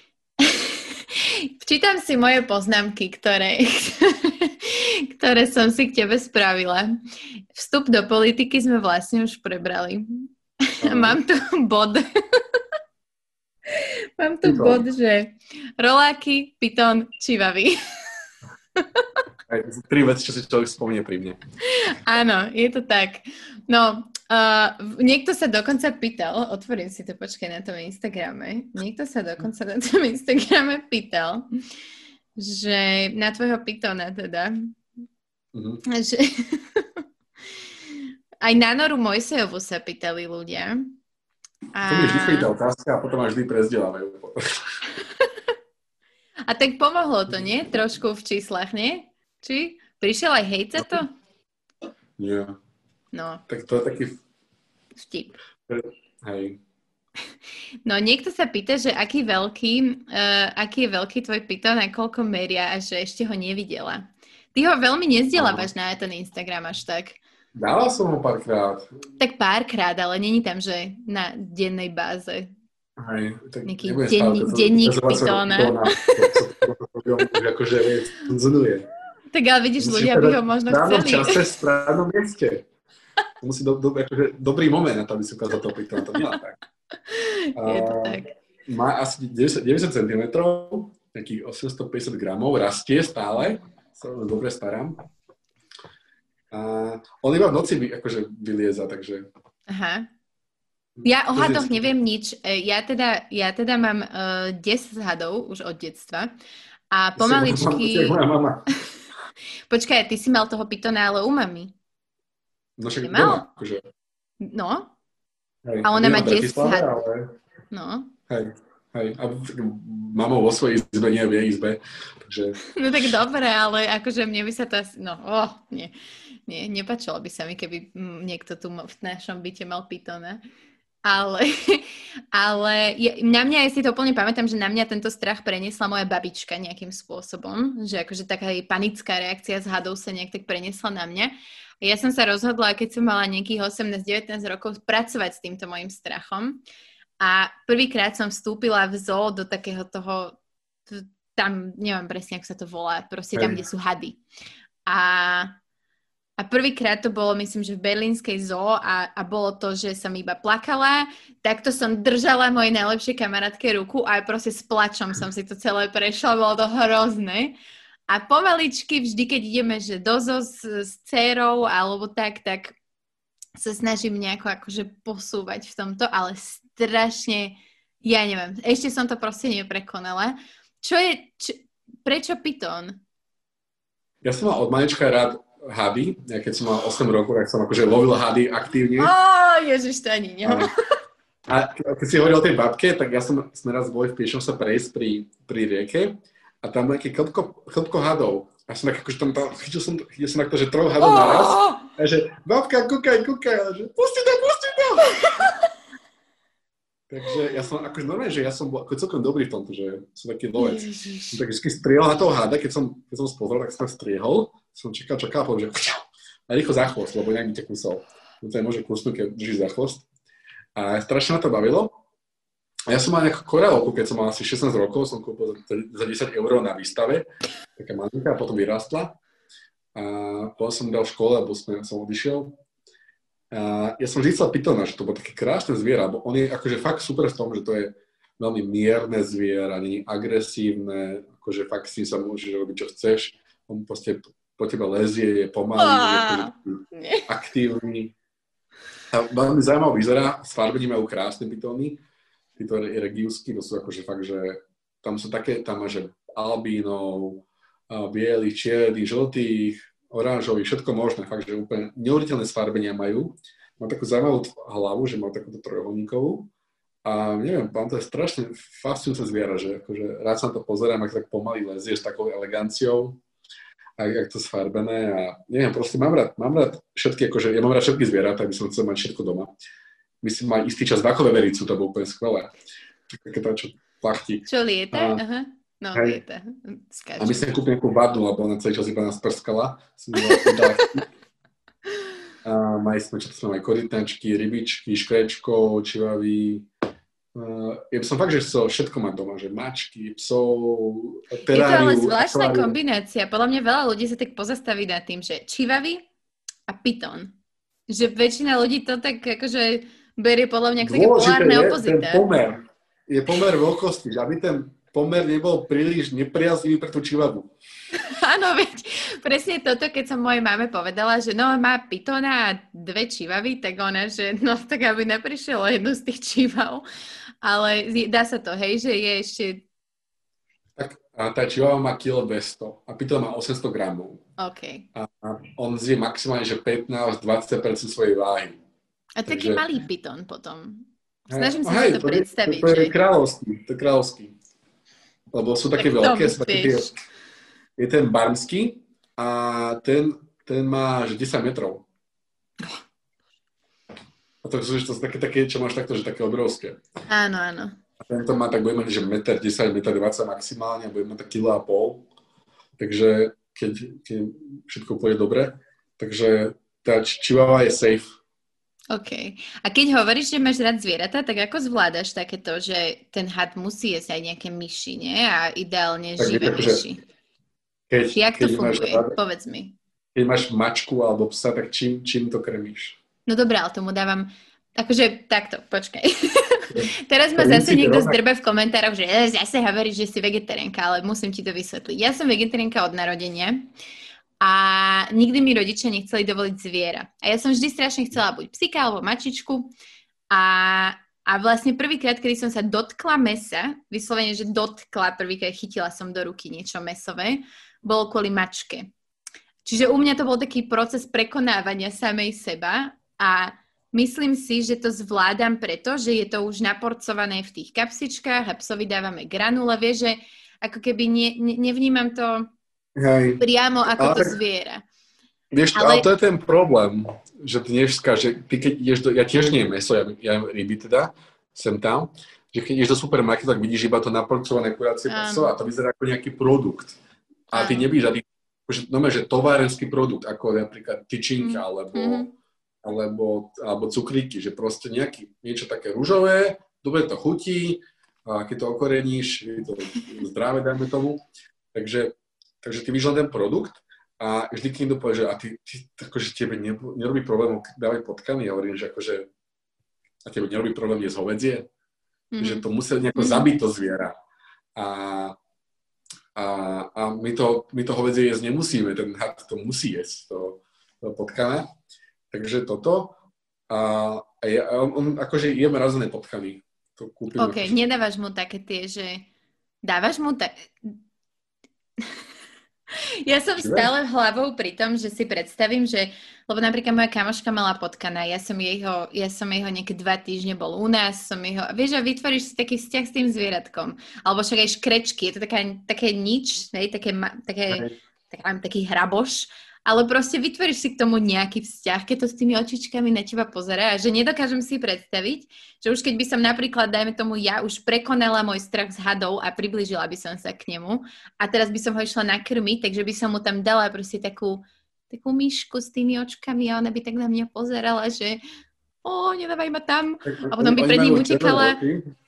čítam si moje poznámky, ktoré, ktoré som si k tebe spravila. Vstup do politiky sme vlastne už prebrali. Mm. Mám tu bod. Mám tu Python. Bod, že roláky, python, čivavy. Aj tri veci, čo si človek spomnie pri mne. Áno, je to tak. No, uh, niekto sa dokonca pýtal, otvorím si to, počkaj, na tom Instagrame, niekto sa dokonca na tom Instagrame pýtal, že na tvojho pythona teda, uh-huh. že aj na Noru Mojsejovu sa pýtali ľudia. A... To mi vždy chodí tá otázka a potom až vždy prezdelávajú. A tak pomohlo to, nie? Trošku v číslach, nie? Či? Prišiel aj hejt za to? Nie. No. Tak to je taký... Vtip. Hej. No, niekto sa pýta, že aký veľký, uh, aký je veľký tvoj python a koľko meria a že ešte ho nevidela. Ty ho veľmi nezdieľavaš na ten Instagram až tak. Dala som ho párkrát. Tak párkrát, ale není tam, že na dennej báze. Hej, tak nejaký denní, denník pythona. Akože zunuje. Tak ale vidíš, ľudia by ho možno chceli. V čase, v správnom mieste. To musí do, do, akože dobrý moment na to, aby si ukázal toho pythona. To nie tak. Je to tak. Má asi deväťdesiat centimetrov, nejakých osemstopäťdesiat gramov, rastie stále. Sa dobre starám. A on iba v noci by, akože vylieza, takže... Aha. Ja o hadoch neviem nič. Ja teda, ja teda mám uh, desať hadov už od detstva a pomaličky... Moja mama. Počkaj, ty si mal toho pythona, ale u mami. No však doma, akože. No. Hej, a ona má desať hadov. Ale... No. Hej, hej. A mama vo svojej izbe, nie v jej izbe. Takže... No tak dobre, ale akože mne by sa to asi... No, oh, nie. Nie, nepáčilo by sa mi, keby niekto tu v našom byte mal pythona. Ale, ale ja, na mňa, ja si to úplne pamätám, že na mňa tento strach preniesla moja babička nejakým spôsobom, že akože taká jej panická reakcia z hadov sa nejak tak preniesla na mňa. A ja som sa rozhodla, keď som mala nejakých osemnásť devätnásť rokov, pracovať s týmto mojim strachom. A prvýkrát som vstúpila v zoo do takého toho, tam, neviem presne, ako sa to volá, proste tam, kde sú hady. A... A prvýkrát to bolo, myslím, že v berlínskej zoo a, a bolo to, že som iba plakala, takto som držala mojej najlepšej kamarátke ruku a proste s plačom som si to celé prešla, bolo to hrozné. A pomaličky vždy, keď ideme že dozo s, s dcérou alebo tak, tak sa snažím nejako akože posúvať v tomto, ale strašne, ja neviem, ešte som to proste neprekonala. Čo je, čo, prečo python? Ja som mal od malička rád hady, ja keď som mal osem rokov, tak som akože lovil hady aktívne. Ó, ježiš, to ani nie. A keď si hovoril o tej babke, tak ja som, sme raz boli v Piešom sa prejsť pri, pri rieke a tam nejaké chlpko, chlpko hadov. A som tak akože tam, tam chytil som, chytil som takto, že troch hadov oh! naraz. A že, babka, kúkaj, kúkaj. A že, pusti to, pusti to. Takže ja som akože normálne, že ja som bol ako celkom dobrý v tomto, že som taký lovec. Som tak vždy striehol na toho hada, keď som, keď som spozrel, tak som tak striehol. Som čakal, čakal, poviem, že a rýchlo za chvost, lebo nejak mi ťa kusol. No to je môže kusnúť, keď drží za chvost. A strašne ma to bavilo. A ja som mal nejakú korelovku, keď som mal asi šestnásť rokov, som kúpil za desať eur na výstave, taká malinká, a potom vyrástla. A potom som dal v škole, lebo som, som odišiel. A ja som vždy chcel pythona, že to bolo také krásne zviera, bo on je akože fakt super v tom, že to je veľmi mierne zviera, nie je agresívne, akože fakt si sa môžeš robiť, čo chceš. On proste po tebe lezie, je pomalý, je aktívny. A veľmi zaujímavé vyzerá, sfarbení majú krásne pythony. Títo regiusky, to sú akože fakt, že tam sú také, tam máš albínov, bielých, čiernych, žltých, oranžových, všetko možné, fakt, že úplne neuveriteľné sfarbenia majú. Má takú zaujímavú hlavu, že má takúto trojuholníkovú. A neviem, mám to je strašne fascinujúce zviera, že akože rád sa na to pozerám, ak tak pomaly lezie s takou eleganciou, ak, ak to sfarbené a neviem, proste mám rád, mám rád všetky, akože ja mám rád všetky zvieratá, aby som chcel mať všetko doma. Myslím, mal istý čas vakové vericu, to bolo úplne skvelé. Také to, čo plachtí. Čo lieta? A, aha. No, hej. Lieta. Skáču. A my sme kúpili nejakú vadnu, lebo ona celý čas iba nás prskala. A mali sme, čo to sme mali, korytnačky, rybičky, škrečkov, čivavy. Uh, ja by som fakt, že chcel všetko mať doma, že mačky, psov, teráriu. Je to ale zvláštna akváriu. Kombinácia. Podľa mňa veľa ľudí sa tak pozastaví nad tým, že čivavy a python. Že väčšina ľudí to tak akože berie podľa mňa také polárne opozité. Ten pomer. Je pomer veľkosti, že aby ten pomer nebol príliš nepriaznivý pre tú čivavu. Áno, veď presne toto, keď som mojej mame povedala, že no má pythona a dve čivavy, tak ona, že no tak aby neprišlo jednu z tých čivav. Ale dá sa to, hej, že je ešte... Tak a tá čivava má kilo dvesto a python má osemsto gramov. OK. A on zje maximálne, že pätnásť až dvadsať percent svojej váhy. A taký Takže... malý python potom. Snažím sa hej, si to, to predstaviť. To je, to je kráľovský, to je kráľovský. Lebo sú také tak veľké, sú také, je ten barmský a ten, ten má že desať metrov. A to sú, to sú také, také, čo máš takto, že také obrovské. Áno, áno. A tento má tak, bude mať, že jeden desať, jeden dvadsať maximálne, a bude mať tak kilo a pol. Takže keď, keď všetko pôjde dobre, takže tá čivava je safe. OK. A keď hovoríš, že máš rád zvieratá, tak ako zvládaš takéto, že ten had musí jesť aj nejaké myši, nie? A ideálne tak živé myši. Keď, Jak keď to funguje? Máš, Povedz mi. Keď máš mačku alebo psa, tak čím, čím to krmíš? No dobré, ale tomu dávam... Akože takto, počkaj. Teraz ma zase niekto zdrbe v komentároch, že zase hovoríš, že si vegetariánka, ale musím ti to vysvetliť. Ja som vegetariánka od narodenia a nikdy mi rodičia nechceli dovoliť zviera. A ja som vždy strašne chcela buď psíka alebo mačičku a, a vlastne prvýkrát, kedy som sa dotkla mesa, vyslovene, že dotkla, prvýkrát chytila som do ruky niečo mesové, bolo kvôli mačke. Čiže u mňa to bol taký proces prekonávania samej seba a myslím si, že to zvládam preto, že je to už naporcované v tých kapsičkách a psovi dávame granule. Vieš, že ako keby ne, ne, nevnímam to Hej. priamo ako ale to tak, zviera. Vieš, ale... ale to je ten problém, že ty dneska, že ty keď ideš do... Ja tiež nie jem meso, ja, ja jem ryby teda, sem tam, že keď ideš do supermarketu, tak vidíš iba to naporcované kurácie meso a to vyzerá ako nejaký produkt. A ty nebíš žiadny, že továrenský produkt, ako napríklad tyčinka, mm. alebo... Mm-hmm. Alebo, alebo cukríky, že proste nejaký, niečo také ružové, dobre to chutí, a keď to okoreníš, je to zdravé, dajme tomu. Takže, takže ty víš len ten produkt a vždy, keď to povie, že a ty, ty akože tebe nerobí problém dávať potkany, ja hovorím, že akože a tebe nerobí problém jesť hovädzie, mm-hmm. že to musí nejako mm-hmm. zabiť to zviera. A, A, a my, to, my to hovedzie jesť nemusíme, ten had to musí jesť, to, to potkané. Takže toto. A, a ja, on, on akože jeme razené potkany. To kúpim. OK, akože... nedávaš mu také tie, že dávaš mu tak... Ja som Čiže? stále hlavou pri tom, že si predstavím, že, lebo napríklad moja kamoška mala potkana, ja som jeho, ja som jeho nejaké dva týždne bol u nás, som jeho, vieš, a vytvoríš si taký vzťah s tým zvieratkom, alebo však aj škrečky, je to taká, také nič, hej, také, také, tak, taký hraboš, ale proste vytvoríš si k tomu nejaký vzťah, keď to s tými očičkami na teba pozerá, že nedokážem si predstaviť, že už keď by som napríklad, dajme tomu, ja už prekonala môj strach z hadov a priblížila by som sa k nemu a teraz by som ho išla nakrmiť, takže by som mu tam dala proste takú, takú myšku s tými očkami a ona by tak na mňa pozerala, že ó, nedávaj ma tam a potom by pred ním utekala.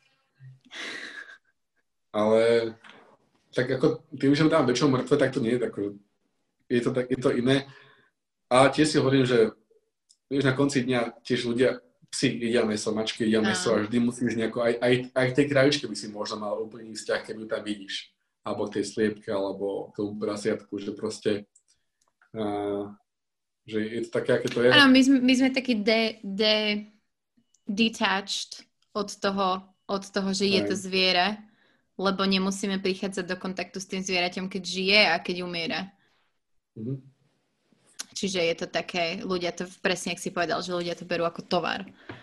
Ale tak ako tým, že mu dám väčšinou mŕtve, tak to nie je tako. Je to, tak, je to iné. A tiež si hovorím, že vieš, na konci dňa tiež ľudia, psi jedia mäso, mačky jedia mäso a vždy musíš nejako, aj, aj, aj v tej krajičke by si možno mal úplný vzťah, keď ju tam vidíš. Alebo k tej sliepke, alebo k tomu prasiatku, že proste uh, že je to také, aké to je. Áno, my, my sme takí de, de, detached od toho, od toho, že je aj. to zviera, lebo nemusíme prichádzať do kontaktu s tým zvieraťom, keď žije a keď umiera. Mm-hmm. Čiže je to také, ľudia to presne, ak si povedal, že ľudia to berú ako tovar.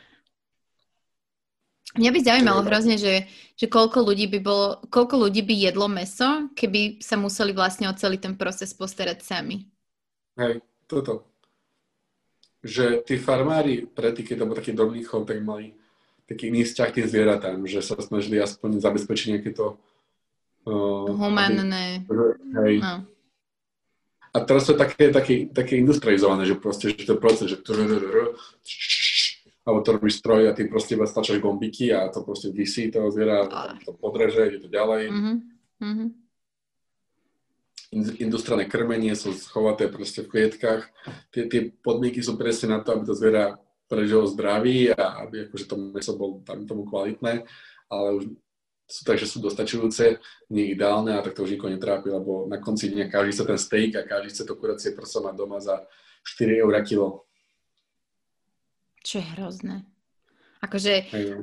Mňa by zaujímalo hrozne, že, že koľko ľudí by bolo, koľko ľudí by jedlo mäso, keby sa museli vlastne o celý ten proces postarať sami. Hej, toto. Že tí farmári predtým, keď to bol taký drobný chov, tak mali taký iný vzťah tým zvieratám, že sa snažili aspoň zabezpečiť nejaké to uh, humanné. Hej. No. A teraz to je také, také, také industrializované, že proste, že to je proces, že alebo to robíš stroj a ty proste iba stlačaš gombiky a to proste visí toho zviera, to podreže, ide to ďalej. Mm-hmm. Industriálne krmenie sú schovaté proste v klietkách. Tie, tie podmienky sú presne na to, aby to zviera prežilo zdraví a aby akože to mäso bolo tam tomu kvalitné, ale už sú tak, že sú dostačujúce, nie ideálne a tak to už nikoho netrápi, lebo na konci dňa každý chce ten steak a každý chce to kuracie prso mať doma za štyri eurá kilo. Čo je hrozné. Akože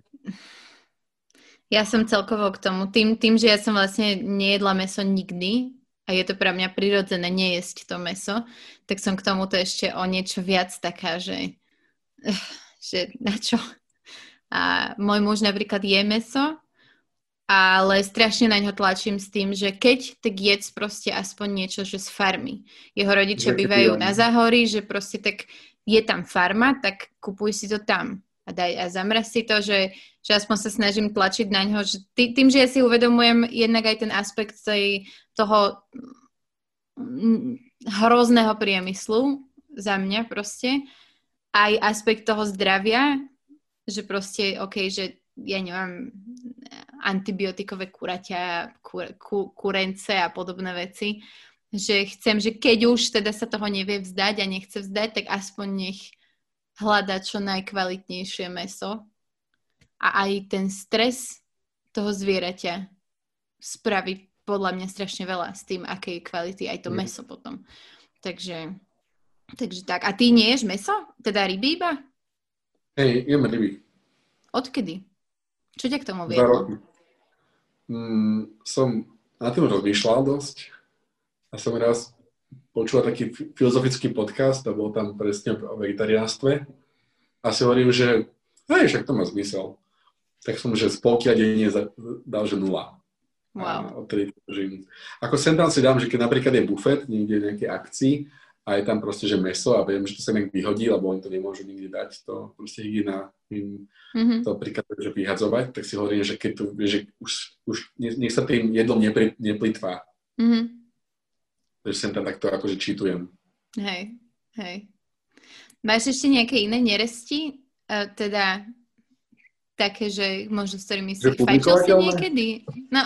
ja som celkovo k tomu, tým, tým, že ja som vlastne nejedla mäso nikdy a je to pre mňa prirodzené nejesť to mäso, tak som k tomuto ešte o niečo viac taká, že, že na čo. A môj muž napríklad je mäso, ale strašne na ňo tlačím s tým, že keď, tak jedz proste aspoň niečo, že z farmy. Jeho rodičia bývajú na Záhorí, že proste tak je tam farma, tak kupuj si to tam a daj a zamraz si to, že, že aspoň sa snažím tlačiť na ňo, že tý, tým, že ja si uvedomujem jednak aj ten aspekt tej, toho hrozného priemyslu za mňa proste, aj aspekt toho zdravia, že proste, okej, okay, že ja neviem, antibiotikové kuraťa, kur, ku, kurence a podobné veci, že chcem, že keď už teda sa toho nevie vzdať a nechce vzdať, tak aspoň nech hľadá čo najkvalitnejšie mäso a aj ten stres toho zvieraťa spraví podľa mňa strašne veľa s tým, akej kvality aj to mm. mäso potom. Takže, takže tak. A ty nie ješ mäso? Teda ryby iba? Hej, jem ryby. Odkedy? Čo ťa k tomu viedlo? Mm, som na tým rozmýšľal dosť a som raz počul taký filozofický podcast a bol tam presne o vegetariánstve a si hovorím, že hej, však to má zmysel. Tak som, že z polky a denne dal, že nula. Wow. Ako sem tam si dám, že keď napríklad je bufet niekde v nejakej akcii a je tam proste, že mäso a viem, že to sa nejak vyhodí, lebo oni to nemôžu nikde dať, to proste hygiena im mm-hmm. to prikazuje, že vyhadzovať, tak si hovorím, že keď to, že už, už nech sa tým jedlom nepri, neplitvá. Mm-hmm. Takže sem tam takto akože čítujem. Hej, hej. Máš ešte nejaké iné neresti? Uh, teda také, že možno s ktorými si fajčil si niekedy? No.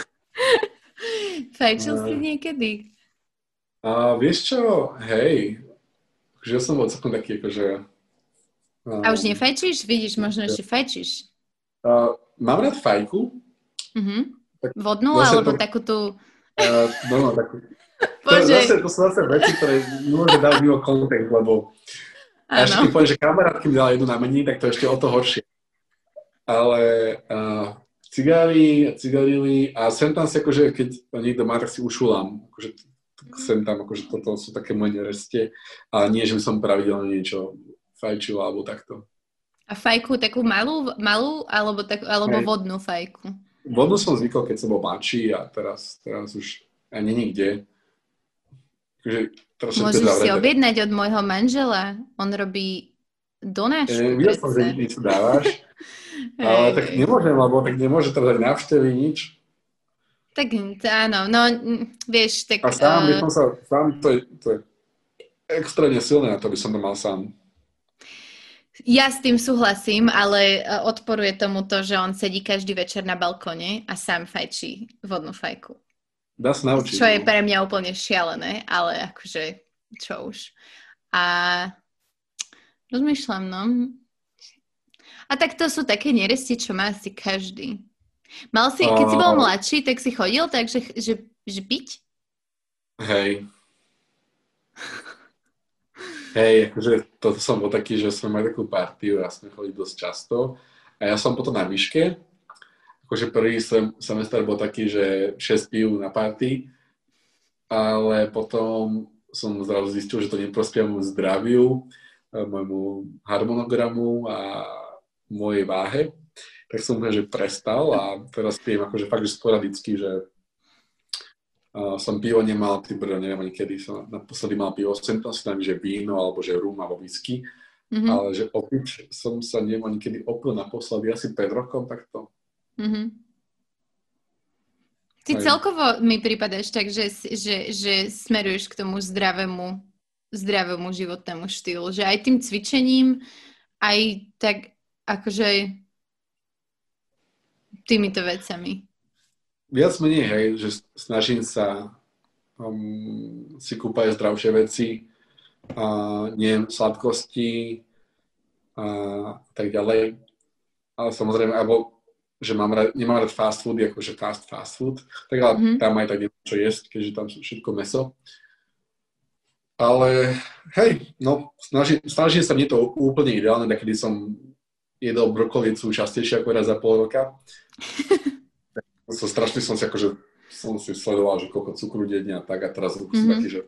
Fajčil uh, si niekedy? A uh, vieš čo? Hej. Že ja som bol celkom taký akože... Uh, a už nefajčíš? Vidíš, možno ešte fajčíš. Uh, mám rád fajku. Uh-huh. Tak vodnú alebo to... takú tú Uh, no, no, tak... To, Bože. zase, to sú zase veci, ktoré môže dať mimo kontext, lebo a ešte keď poviem, že kamarátky mi dala jednu na mení, tak to ešte o to horšie. Ale uh, cigári, cigarily a sem tam si akože, keď niekto má, tak si ušulám. Akože, sem tam, akože toto sú také moje nereste. A nie, že by som pravidelne niečo fajčil alebo takto. A fajku takú malú, malú alebo, tak, alebo vodnú fajku? Vodnú som zvykol, keď som bol mladší a teraz, teraz už ani nikde. Môžeš si objednať od môjho manžela. On robí donášku. E, videl som, že nič dávaš. Ale tak nemôžem, lebo tak nemôže to dať návštevy, nič. Tak áno, no vieš, tak... A sám by som sa, sám to je, to je extrémne silné, a to by som to mal sám. Ja s tým súhlasím, ale odporuje tomu to, že on sedí každý večer na balkone a sám fajčí vodnú fajku. Dá sa naučiť. Čo je pre mňa úplne šialené, ale akože, čo už. A rozmýšľam, no. A tak to sú také neresti, čo má asi každý. Mal si, keď si bol mladší, tak si chodil tak, že, že, že piť? Hej. Hej, akože toto som bol taký, že sme mali takú partiu a sme chodili dosť často. A ja som potom na výške. Akože prvý sem, semester bol taký, že šesť pív na party, ale potom som zrazu zistil, že to neprospieva môjmu zdraviu, môjmu harmonogramu a mojej váhe. Tak som úplne, že prestal a teraz pijem akože fakt, že sporadicky, že uh, som pivo nemal, ty brdo, neviem ani kedy som naposledy mal pivo, sem tam si tam, že víno, alebo že rum, alebo whisky, mm-hmm. ale že opiť som sa neviem ani kedy opil naposledy, asi pred rokom takto. Mm-hmm. Ty aj celkovo mi prípadaš tak, že, že, že smeruješ k tomu zdravému, zdravému životnému štýlu, že aj tým cvičením, aj tak akože týmito vecami. Viac menej, hej, že snažím sa um, si kúpať zdravšie veci, a nie sladkosti a tak ďalej. Ale samozrejme, alebo že mám rád, nemám rád fast food, akože fast fast food, tak ale mm-hmm. tam aj tak niečo jesť, keďže tam sú všetko mäso. Ale hej, no, snažím, snažím sa, mne to úplne ideálne, tak kedy som jedol brokolicu častejšie ako raz za pol roka. So, strašne som si akože, som si sledoval, že koľko cukru denne a tak, a teraz mm-hmm. som taký, že,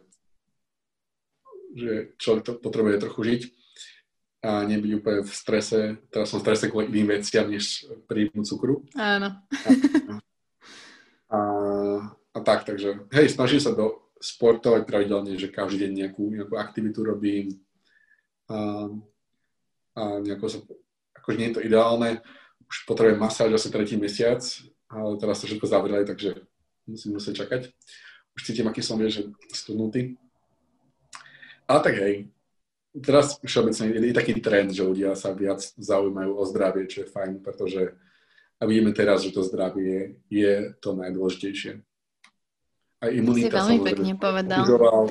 že človek to potrebuje trochu žiť a nebyť úplne v strese. Teraz som v strese kvôli iným veciam, než príjmu cukru. Áno. A, a, a tak, takže hej, snažím sa do sportovať pravidelne, že každý deň nejakú, nejakú aktivitu robím a, a nejako sa, akože nie je to ideálne, už potrebujem masáž asi tretí mesiac, ale teraz to všetko zavreli, takže musím musieť čakať. Už cítim, aký som, vieš, že studnutý. Ale tak hej, teraz všeobecne je, je taký trend, že ľudia sa viac zaujímajú o zdravie, čo je fajn, pretože a vidíme teraz, že to zdravie je to najdôležitejšie. A imunita si veľmi pekne povedal. Otužoval,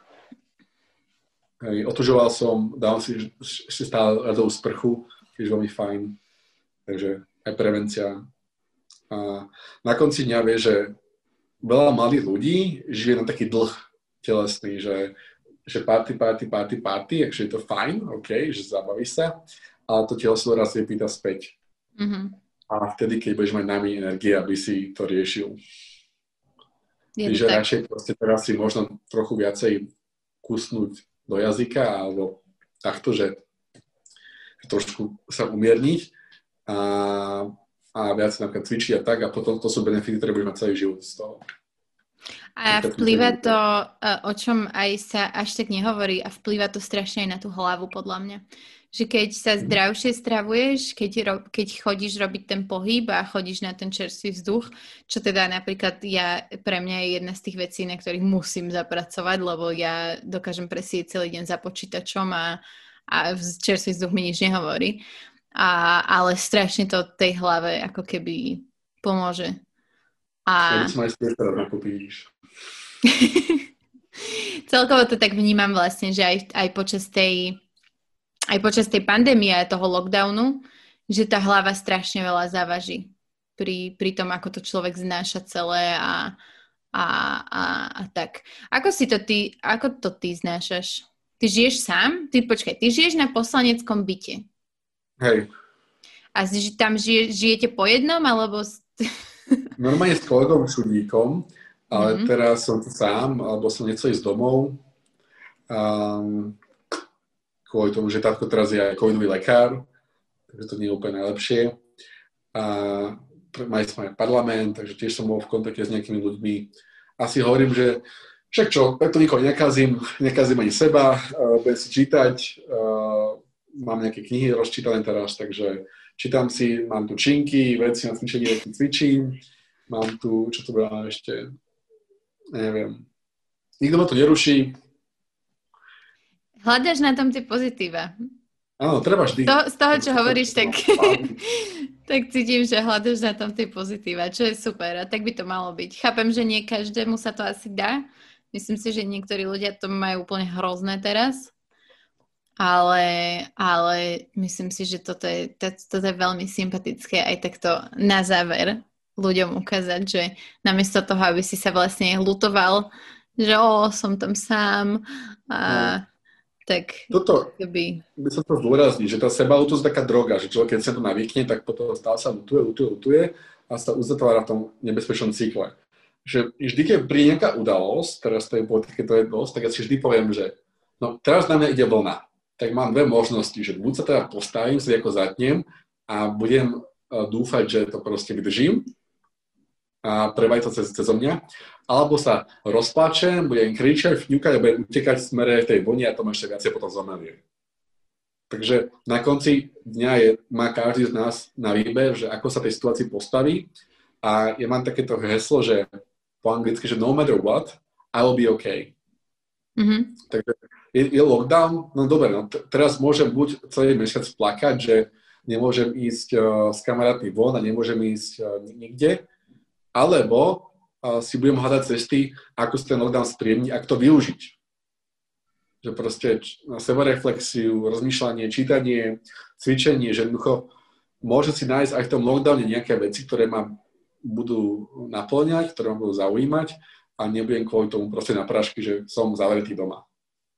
hej, otužoval som, dal si ešte stále radovú sprchu, tiež veľmi fajn. Takže aj prevencia. A na konci dňa vie, že veľa mladých ľudí žije na taký dlh telesný, že, že party, party, party, party, takže je to fajn, ok, že zabaví sa, ale to telo sa raz vypýta späť. Mm-hmm. A vtedy, keď budeš mať nami energie, aby si to riešil. Čiže radšej proste teraz si možno trochu viacej kusnúť do jazyka alebo takto, že trošku sa umierniť a, a viac napríklad cvičiť a tak a potom to sú benefity, ktoré budeš mať celý život z toho. A vplýva to, o čom aj sa až tak nehovorí, a vplýva to strašne aj na tú hlavu, podľa mňa. Že keď sa zdravšie stravuješ, keď, ro, keď chodíš robiť ten pohyb a chodíš na ten čerstvý vzduch, čo teda napríklad ja, pre mňa je jedna z tých vecí, na ktorých musím zapracovať, lebo ja dokážem presieť celý deň za počítačom a, a čerstvý vzduch mi nič nehovorí. A, ale strašne to tej hlave ako keby pomôže. A... Ja by som aj spôr teraz nakúpíš. Celkovo to tak vnímam vlastne, že aj, aj počas tej aj počas tej pandémie a toho lockdownu, že tá hlava strašne veľa závaží pri, pri tom, ako to človek znáša celé a, a, a, a tak. Ako si to ty, ako to ty znášaš? Ty žiješ sám? Ty počkaj, ty žiješ na poslaneckom byte. Hej. A tam žije, žijete po jednom, alebo... Normálne s kolegom Šudíkom, ale mm-hmm. teraz som tu sám, alebo som nechcel ísť domov. Um, kvôli tomu, že tátko teraz je aj covidový lekár, takže to nie je úplne najlepšie. A mali sme aj parlament, takže tiež som bol v kontakte s nejakými ľuďmi. Asi hovorím, že však čo, tak to nikoho nekazím, nekazím ani seba, uh, budem si čítať, uh, mám nejaké knihy rozčítané teraz, takže čítam si, mám tu činky, veci na cvičenie, veci cvičím, mám tu, čo to bude ešte, neviem. Nikto ma to neruší. Hľadaš na tom tie pozitíva. Áno, treba vždy. To, z toho, čo hovoríš, tak, tak cítim, že hľadaš na tom tie pozitíva, čo je super a tak by to malo byť. Chápem, že nie každému sa to asi dá. Myslím si, že niektorí ľudia to majú úplne hrozné teraz. Ale, ale myslím si, že toto je, to, toto je veľmi sympatické aj takto na záver ľuďom ukázať, že namiesto toho, aby si sa vlastne lutoval, že o, som tam sám a no. Tak... Toto by... by sa to zdôrazniť, že tá sebalútosť je taká droga, že človek, keď sa to navykne, tak potom stále sa lutuje, lutuje, lutuje a sa uzatvára v tom nebezpečnom cykle. Že vždy, keď príde nejaká udalosť, teraz to je politike, to je dosť, tak ja si vždy poviem, že no teraz na mňa ide vlna. Tak mám dve možnosti, že buď sa teda postavím, sa ako zatnem a budem dúfať, že to proste vydržím a prevají to cez, cez mňa, alebo sa rozplačem, budem kričať, fňukať a budem utekať v smere tej vlny a to ma ešte viacej potom zomelie. Takže na konci dňa je, má každý z nás na výber, že ako sa tej situácii postaví a ja mám takéto heslo, že po anglicky, že no matter what, I will be okay. Mm-hmm. Takže je, je lockdown, no dobre, no t- teraz môžem buď celý mesiac plakať, že nemôžem ísť uh, s kamarátmi von a nemôžem ísť uh, nikde, alebo uh, si budem hľadať cesty, ako si ten lockdown spríjemniť, ako to využiť. Že proste na sebareflexiu, rozmýšľanie, čítanie, cvičenie, že jednoducho môžem si nájsť aj v tom lockdowne nejaké veci, ktoré ma budú naplňať, ktoré ma budú zaujímať a nebudem kvôli tomu proste na prášky, že som zavretý doma.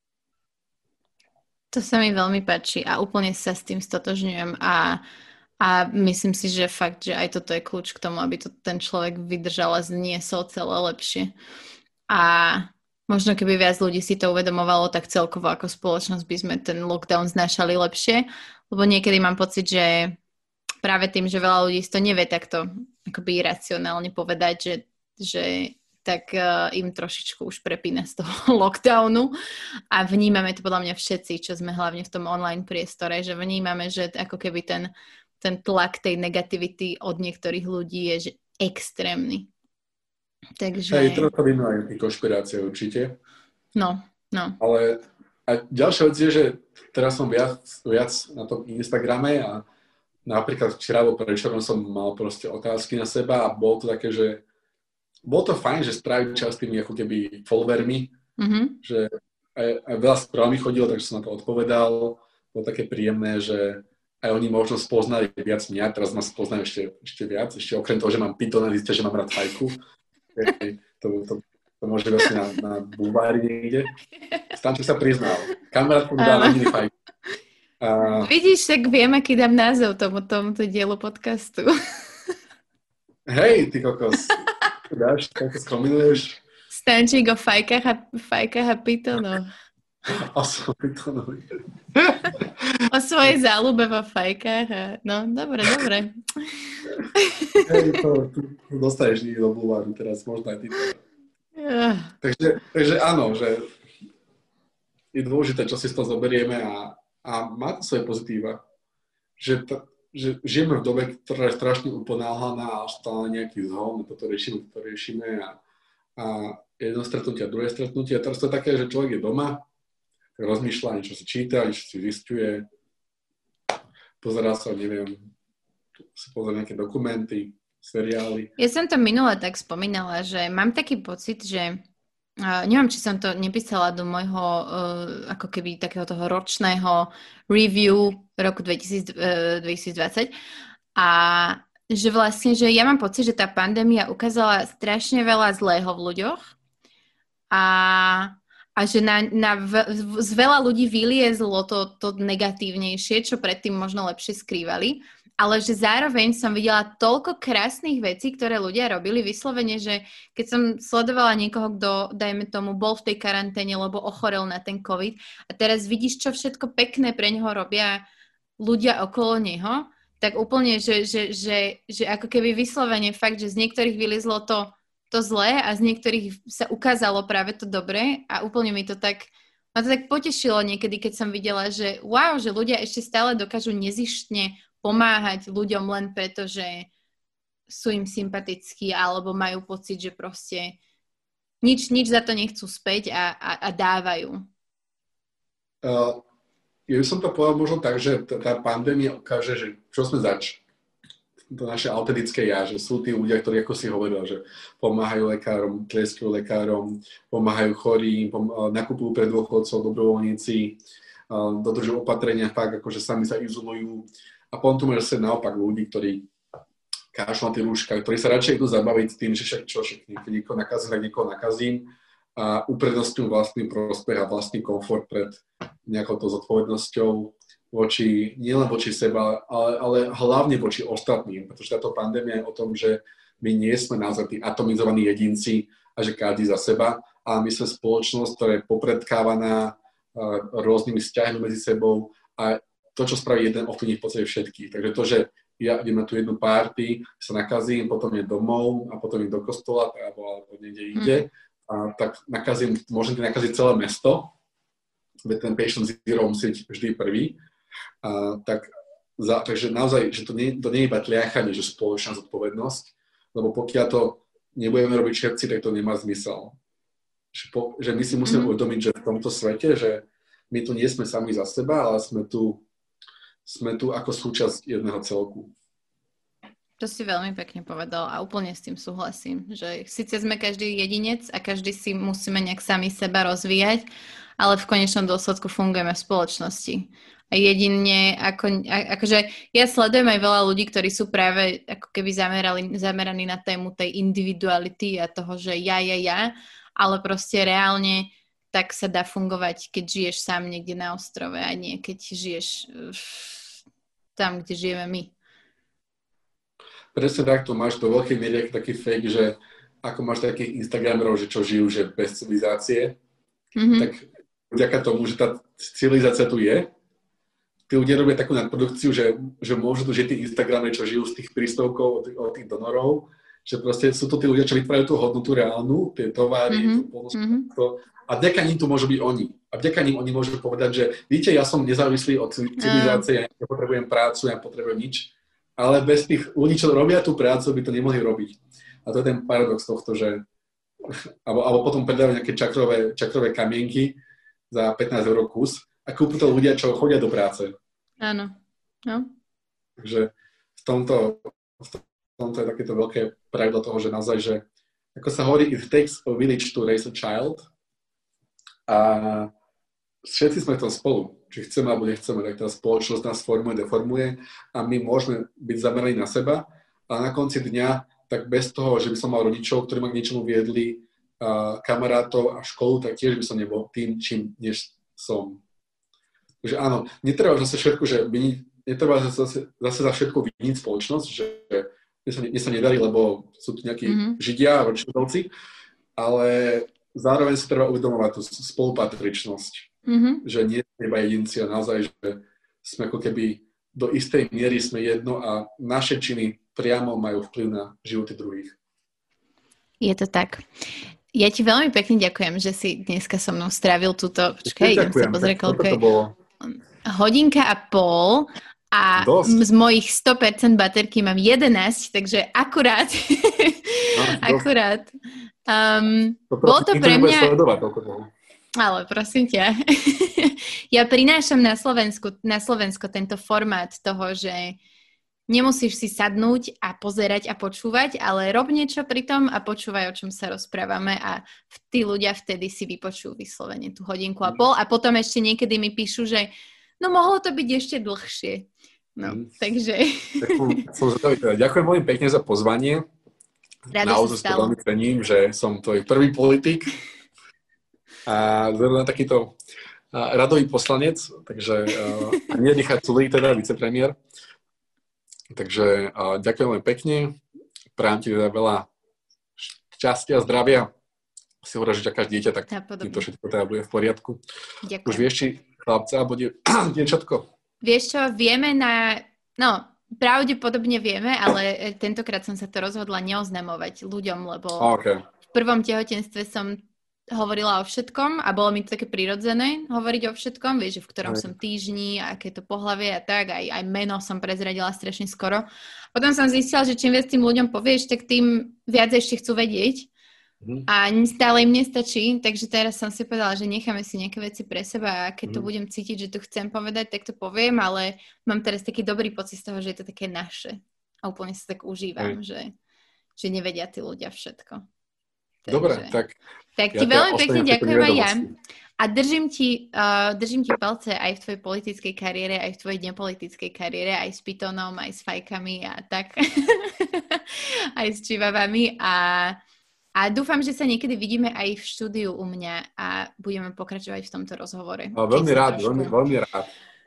To sa mi veľmi páči a úplne sa s tým stotožňujem a, a myslím si, že fakt, že aj toto je kľúč k tomu, aby to ten človek vydržal a zniesol celé lepšie. A možno keby viac ľudí si to uvedomovalo, tak celkovo ako spoločnosť by sme ten lockdown znášali lepšie, lebo niekedy mám pocit, že práve tým, že veľa ľudí si to nevie takto akoby iracionálne povedať, že, že tak uh, im trošičku už prepína z toho lockdownu a vnímame to podľa mňa všetci, čo sme hlavne v tom online priestore, že vnímame, že ako keby ten, ten tlak tej negativity od niektorých ľudí je že extrémny. Takže... Hej, trocha vím aj konšpirácie určite. No, no. Ale a ďalšia vec je, že teraz som viac, viac na tom Instagrame a napríklad včera alebo prečerom som mal proste otázky na seba a bolo to také, že bolo to fajn, že stráviť čas tými ako keby followermi, mm-hmm. že aj, aj veľa správ mi chodilo, takže som na to odpovedal. Bolo také príjemné, že aj oni možno spoznali viac mňa, teraz ma spoznajú ešte, ešte viac, ešte okrem toho, že mám pitona, zistia, že mám rád fajku. To, to, to môže vlastne na, na bulvári niekde. Stanček sa priznal. Kamarátku mi dal nikdy fajku. A... Vidíš, tak viem, aký dám názov tomu, tomuto dielu podcastu. Hej, ty kokos. Dáš, tak to skombinuješ. Stančík o fajkách a, fajkách a pitonoch. O svojej pitonoch. O svojej záľube vo fajkách. A... No, dobre, dobre. Hej, to, tu dostaneš nikdy do bulváru teraz, možno aj ty. Yeah. Takže, takže áno, že je dôležité, čo si z toho zoberieme a, a má to svoje pozitíva. Že to, že žijeme v dobe, ktorá je strašne uponáhlaná a stále nejaký zhon, toto riešime, toto riešime a, a jedno stretnutie a druhé stretnutie. A teraz to je také, že človek je doma, rozmýšľa, niečo si číta, niečo si zisťuje, pozerá sa, neviem, si pozerá nejaké dokumenty, seriály. Ja som to minule tak spomínala, že mám taký pocit, že Uh, neviem, či som to nepísala do môjho uh, ako keby takého toho ročného review roku dvetisíc, uh, dvetisícdvadsať a že vlastne, že ja mám pocit, že tá pandémia ukázala strašne veľa zlého v ľuďoch a, a že na, na v, z veľa ľudí vyliezlo to, to negatívnejšie, čo predtým možno lepšie skrývali, ale že zároveň som videla toľko krásnych vecí, ktoré ľudia robili vyslovene, že keď som sledovala niekoho, kto, dajme tomu, bol v tej karanténe, lebo ochorel na ten COVID a teraz vidíš, čo všetko pekné pre neho robia ľudia okolo neho, tak úplne, že, že, že, že ako keby vyslovene fakt, že z niektorých vyliezlo to, to zlé a z niektorých sa ukázalo práve to dobré a úplne mi to tak, ma to tak potešilo niekedy, keď som videla, že wow, že ľudia ešte stále dokážu nezištne pomáhať ľuďom len preto, že sú im sympatickí alebo majú pocit, že proste nič, nič za to nechcú späť a, a, a dávajú. Uh... Ja by som to povedal možno tak, že tá pandémia ukáže, že čo sme zač. To naše autentické ja, že sú tí ľudia, ktorí, ako si hovoril, že pomáhajú lekárom, tlieskajú lekárom, pomáhajú chorým, pom- nakupujú pre dôchodcov, dobrovoľníci, dodržujú opatrenia fakt, akože sami sa izolujú. A potom tu máš zase naopak ľudí, ktorí kašľú na tie rúška, ktorí sa radšej idú zabaviť tým, že však čo, však keď niekoho nakazím, tak niekoho nakazím a uprednostňujú vlastný prospech a vlastný komfort pred nejakou to zodpovednosťou voči, nielen voči seba, ale, ale hlavne voči ostatným, pretože táto pandémia je o tom, že my nie sme naozaj tí atomizovaní jedinci a že každý za seba, ale my sme spoločnosť, ktorá je popredkávaná uh, rôznymi vzťahmi medzi sebou a to, čo spraví jeden, ovplyvní v podstate všetkých. Takže to, že ja idem na tú jednu party, sa nakazím, potom je domov a potom je do kostola alebo, alebo niekde ide, mm. a tak nakazím, môžem tým nakaziť celé mesto, veď ten patient zero musí byť vždy prvý. A, tak, za, takže naozaj, že to nie, to nie je iba tliachanie, že spoločná zodpovednosť, lebo pokiaľ to nebudeme robiť všetci, tak to nemá zmysel. Že, po, že my si musíme mm-hmm. uvedomiť, že v tomto svete, že my tu nie sme sami za seba, ale sme tu, sme tu ako súčasť jedného celku. To si veľmi pekne povedal a úplne s tým súhlasím, že síce sme každý jedinec a každý si musíme nejak sami seba rozvíjať, ale v konečnom dôsledku fungujeme v spoločnosti. A jedine, ako, akože ja sledujem aj veľa ľudí, ktorí sú práve ako keby zamerali, zameraní na tému tej individuality a toho, že ja, ja, ja, ale proste reálne tak sa dá fungovať, keď žiješ sám niekde na ostrove a nie keď žiješ tam, kde žijeme my. Presne tak, to máš do veľkej miery taký fake, že ako máš takých Instagramerov, že čo žijú, že bez civilizácie, mm-hmm. tak vďaka tomu, že tá civilizácia tu je, tí ľudia robia takú nadprodukciu, že, že môžu tu žiť tí Instagramery, čo žijú z tých príspevkov od tých, od tých donorov, že proste sú to tí ľudia, čo vytvárajú tú hodnotu reálnu, tie tovary, mm-hmm. to polnospodárstvo, a vďaka ním tu môžu byť oni. A vďaka ním oni môžu povedať, že vidíte, ja som nezávislý od civilizácie, ja nepotrebujem prácu, ja nepotrebujem nič. Ale bez tých ľudí, čo robia tú prácu, by to nemohli robiť. A to je ten paradox tohto, že alebo, alebo potom predávajú nejaké čakrové, čakrové kamienky za pätnásť eur kus a kúpu to ľudia, čo chodia do práce. Áno. No. Takže v tomto, v tomto je takéto veľké pravidlo toho, že naozaj, že ako sa hovorí, it takes a village to raise a child a všetci sme v tom spolu. Či chceme alebo nechceme, tak tá spoločnosť nás formuje, deformuje a my môžeme byť zameraní na seba, ale na konci dňa, tak bez toho, že by som mal rodičov, ktorí ma k niečomu viedli, a kamarátov a školu, tak tiež by som nebol tým, čím dnes som. Takže áno, netreba zase všetko, že viniť, netreba zase, zase za všetko viniť spoločnosť, že mne sa, mne sa nedarí, lebo sú tu nejakí mm-hmm. židia a ročníkovci, ale zároveň si treba uvedomovať tú spolupatričnosť. Mm-hmm. Že nie sme iba jedinci a naozaj, že sme ako keby do istej miery sme jedno a naše činy priamo majú vplyv na životy druhých. Je to tak. Ja ti veľmi pekne ďakujem, že si dneska so mnou strávil túto... Počkaj, idem sa pozrieť, koľko je... Hodinka a pol a Dosť. Z mojich sto percent baterky mám jedenásť, takže akurát. No, akurát. Um, bolo to pre mňa... Sledovať, ale prosím ťa, ja prinášam na Slovensku, na Slovensko tento formát toho, že nemusíš si sadnúť a pozerať a počúvať, ale rob niečo pri tom a počúvaj, o čom sa rozprávame a tí ľudia vtedy si vypočujú vyslovene tú hodinku a pol a potom ešte niekedy mi píšu, že no mohlo to byť ešte dlhšie. No, mm. takže... Tak som, som teda. Ďakujem veľmi pekne za pozvanie. Rado Naozaj sa stalo. veľmi cením, že som tvoj prvý politik a zrovna takýto uh, radový poslanec, takže uh, nie Richard Sulík, teda vicepremiér. Takže uh, ďakujem veľmi pekne. Prajem ti teda veľa šťastia, zdravia. Si hovorím, že čakáš dieťa, tak to všetko teda bude v poriadku. Ďakujem. Už vieš, či chlapca alebo die, dievčatko? Vieš čo, vieme na... No, pravdepodobne vieme, ale tentokrát som sa to rozhodla neoznamovať ľuďom, lebo okay. v prvom tehotenstve som hovorila o všetkom a bolo mi to také prirodzené hovoriť o všetkom, vieš, že v ktorom aj. som týždni, aké to pohlavie a tak, aj, aj meno som prezradila strašne skoro. Potom som zistila, že čím viac tým ľuďom povieš, tak tým viac ešte chcú vedieť. Mm. A stále im nestačí, takže teraz som si povedala, že necháme si nejaké veci pre seba a keď mm. to budem cítiť, že to chcem povedať, tak to poviem, ale mám teraz taký dobrý pocit z toho, že je to také naše. A úplne sa tak užívam, že, že nevedia tí ľudia všetko. Takže, dobre, tak... Tak ti ja veľmi pekne ďakujem aj ja. A držím ti, uh, držím ti palce aj v tvojej politickej kariére, aj v tvojej nepolitickej kariére, aj s Pythonom, aj s fajkami a tak. Aj s čivavami a A dúfam, že sa niekedy vidíme aj v štúdiu u mňa a budeme pokračovať v tomto rozhovore. A veľmi rád, trošku, veľmi, veľmi rád.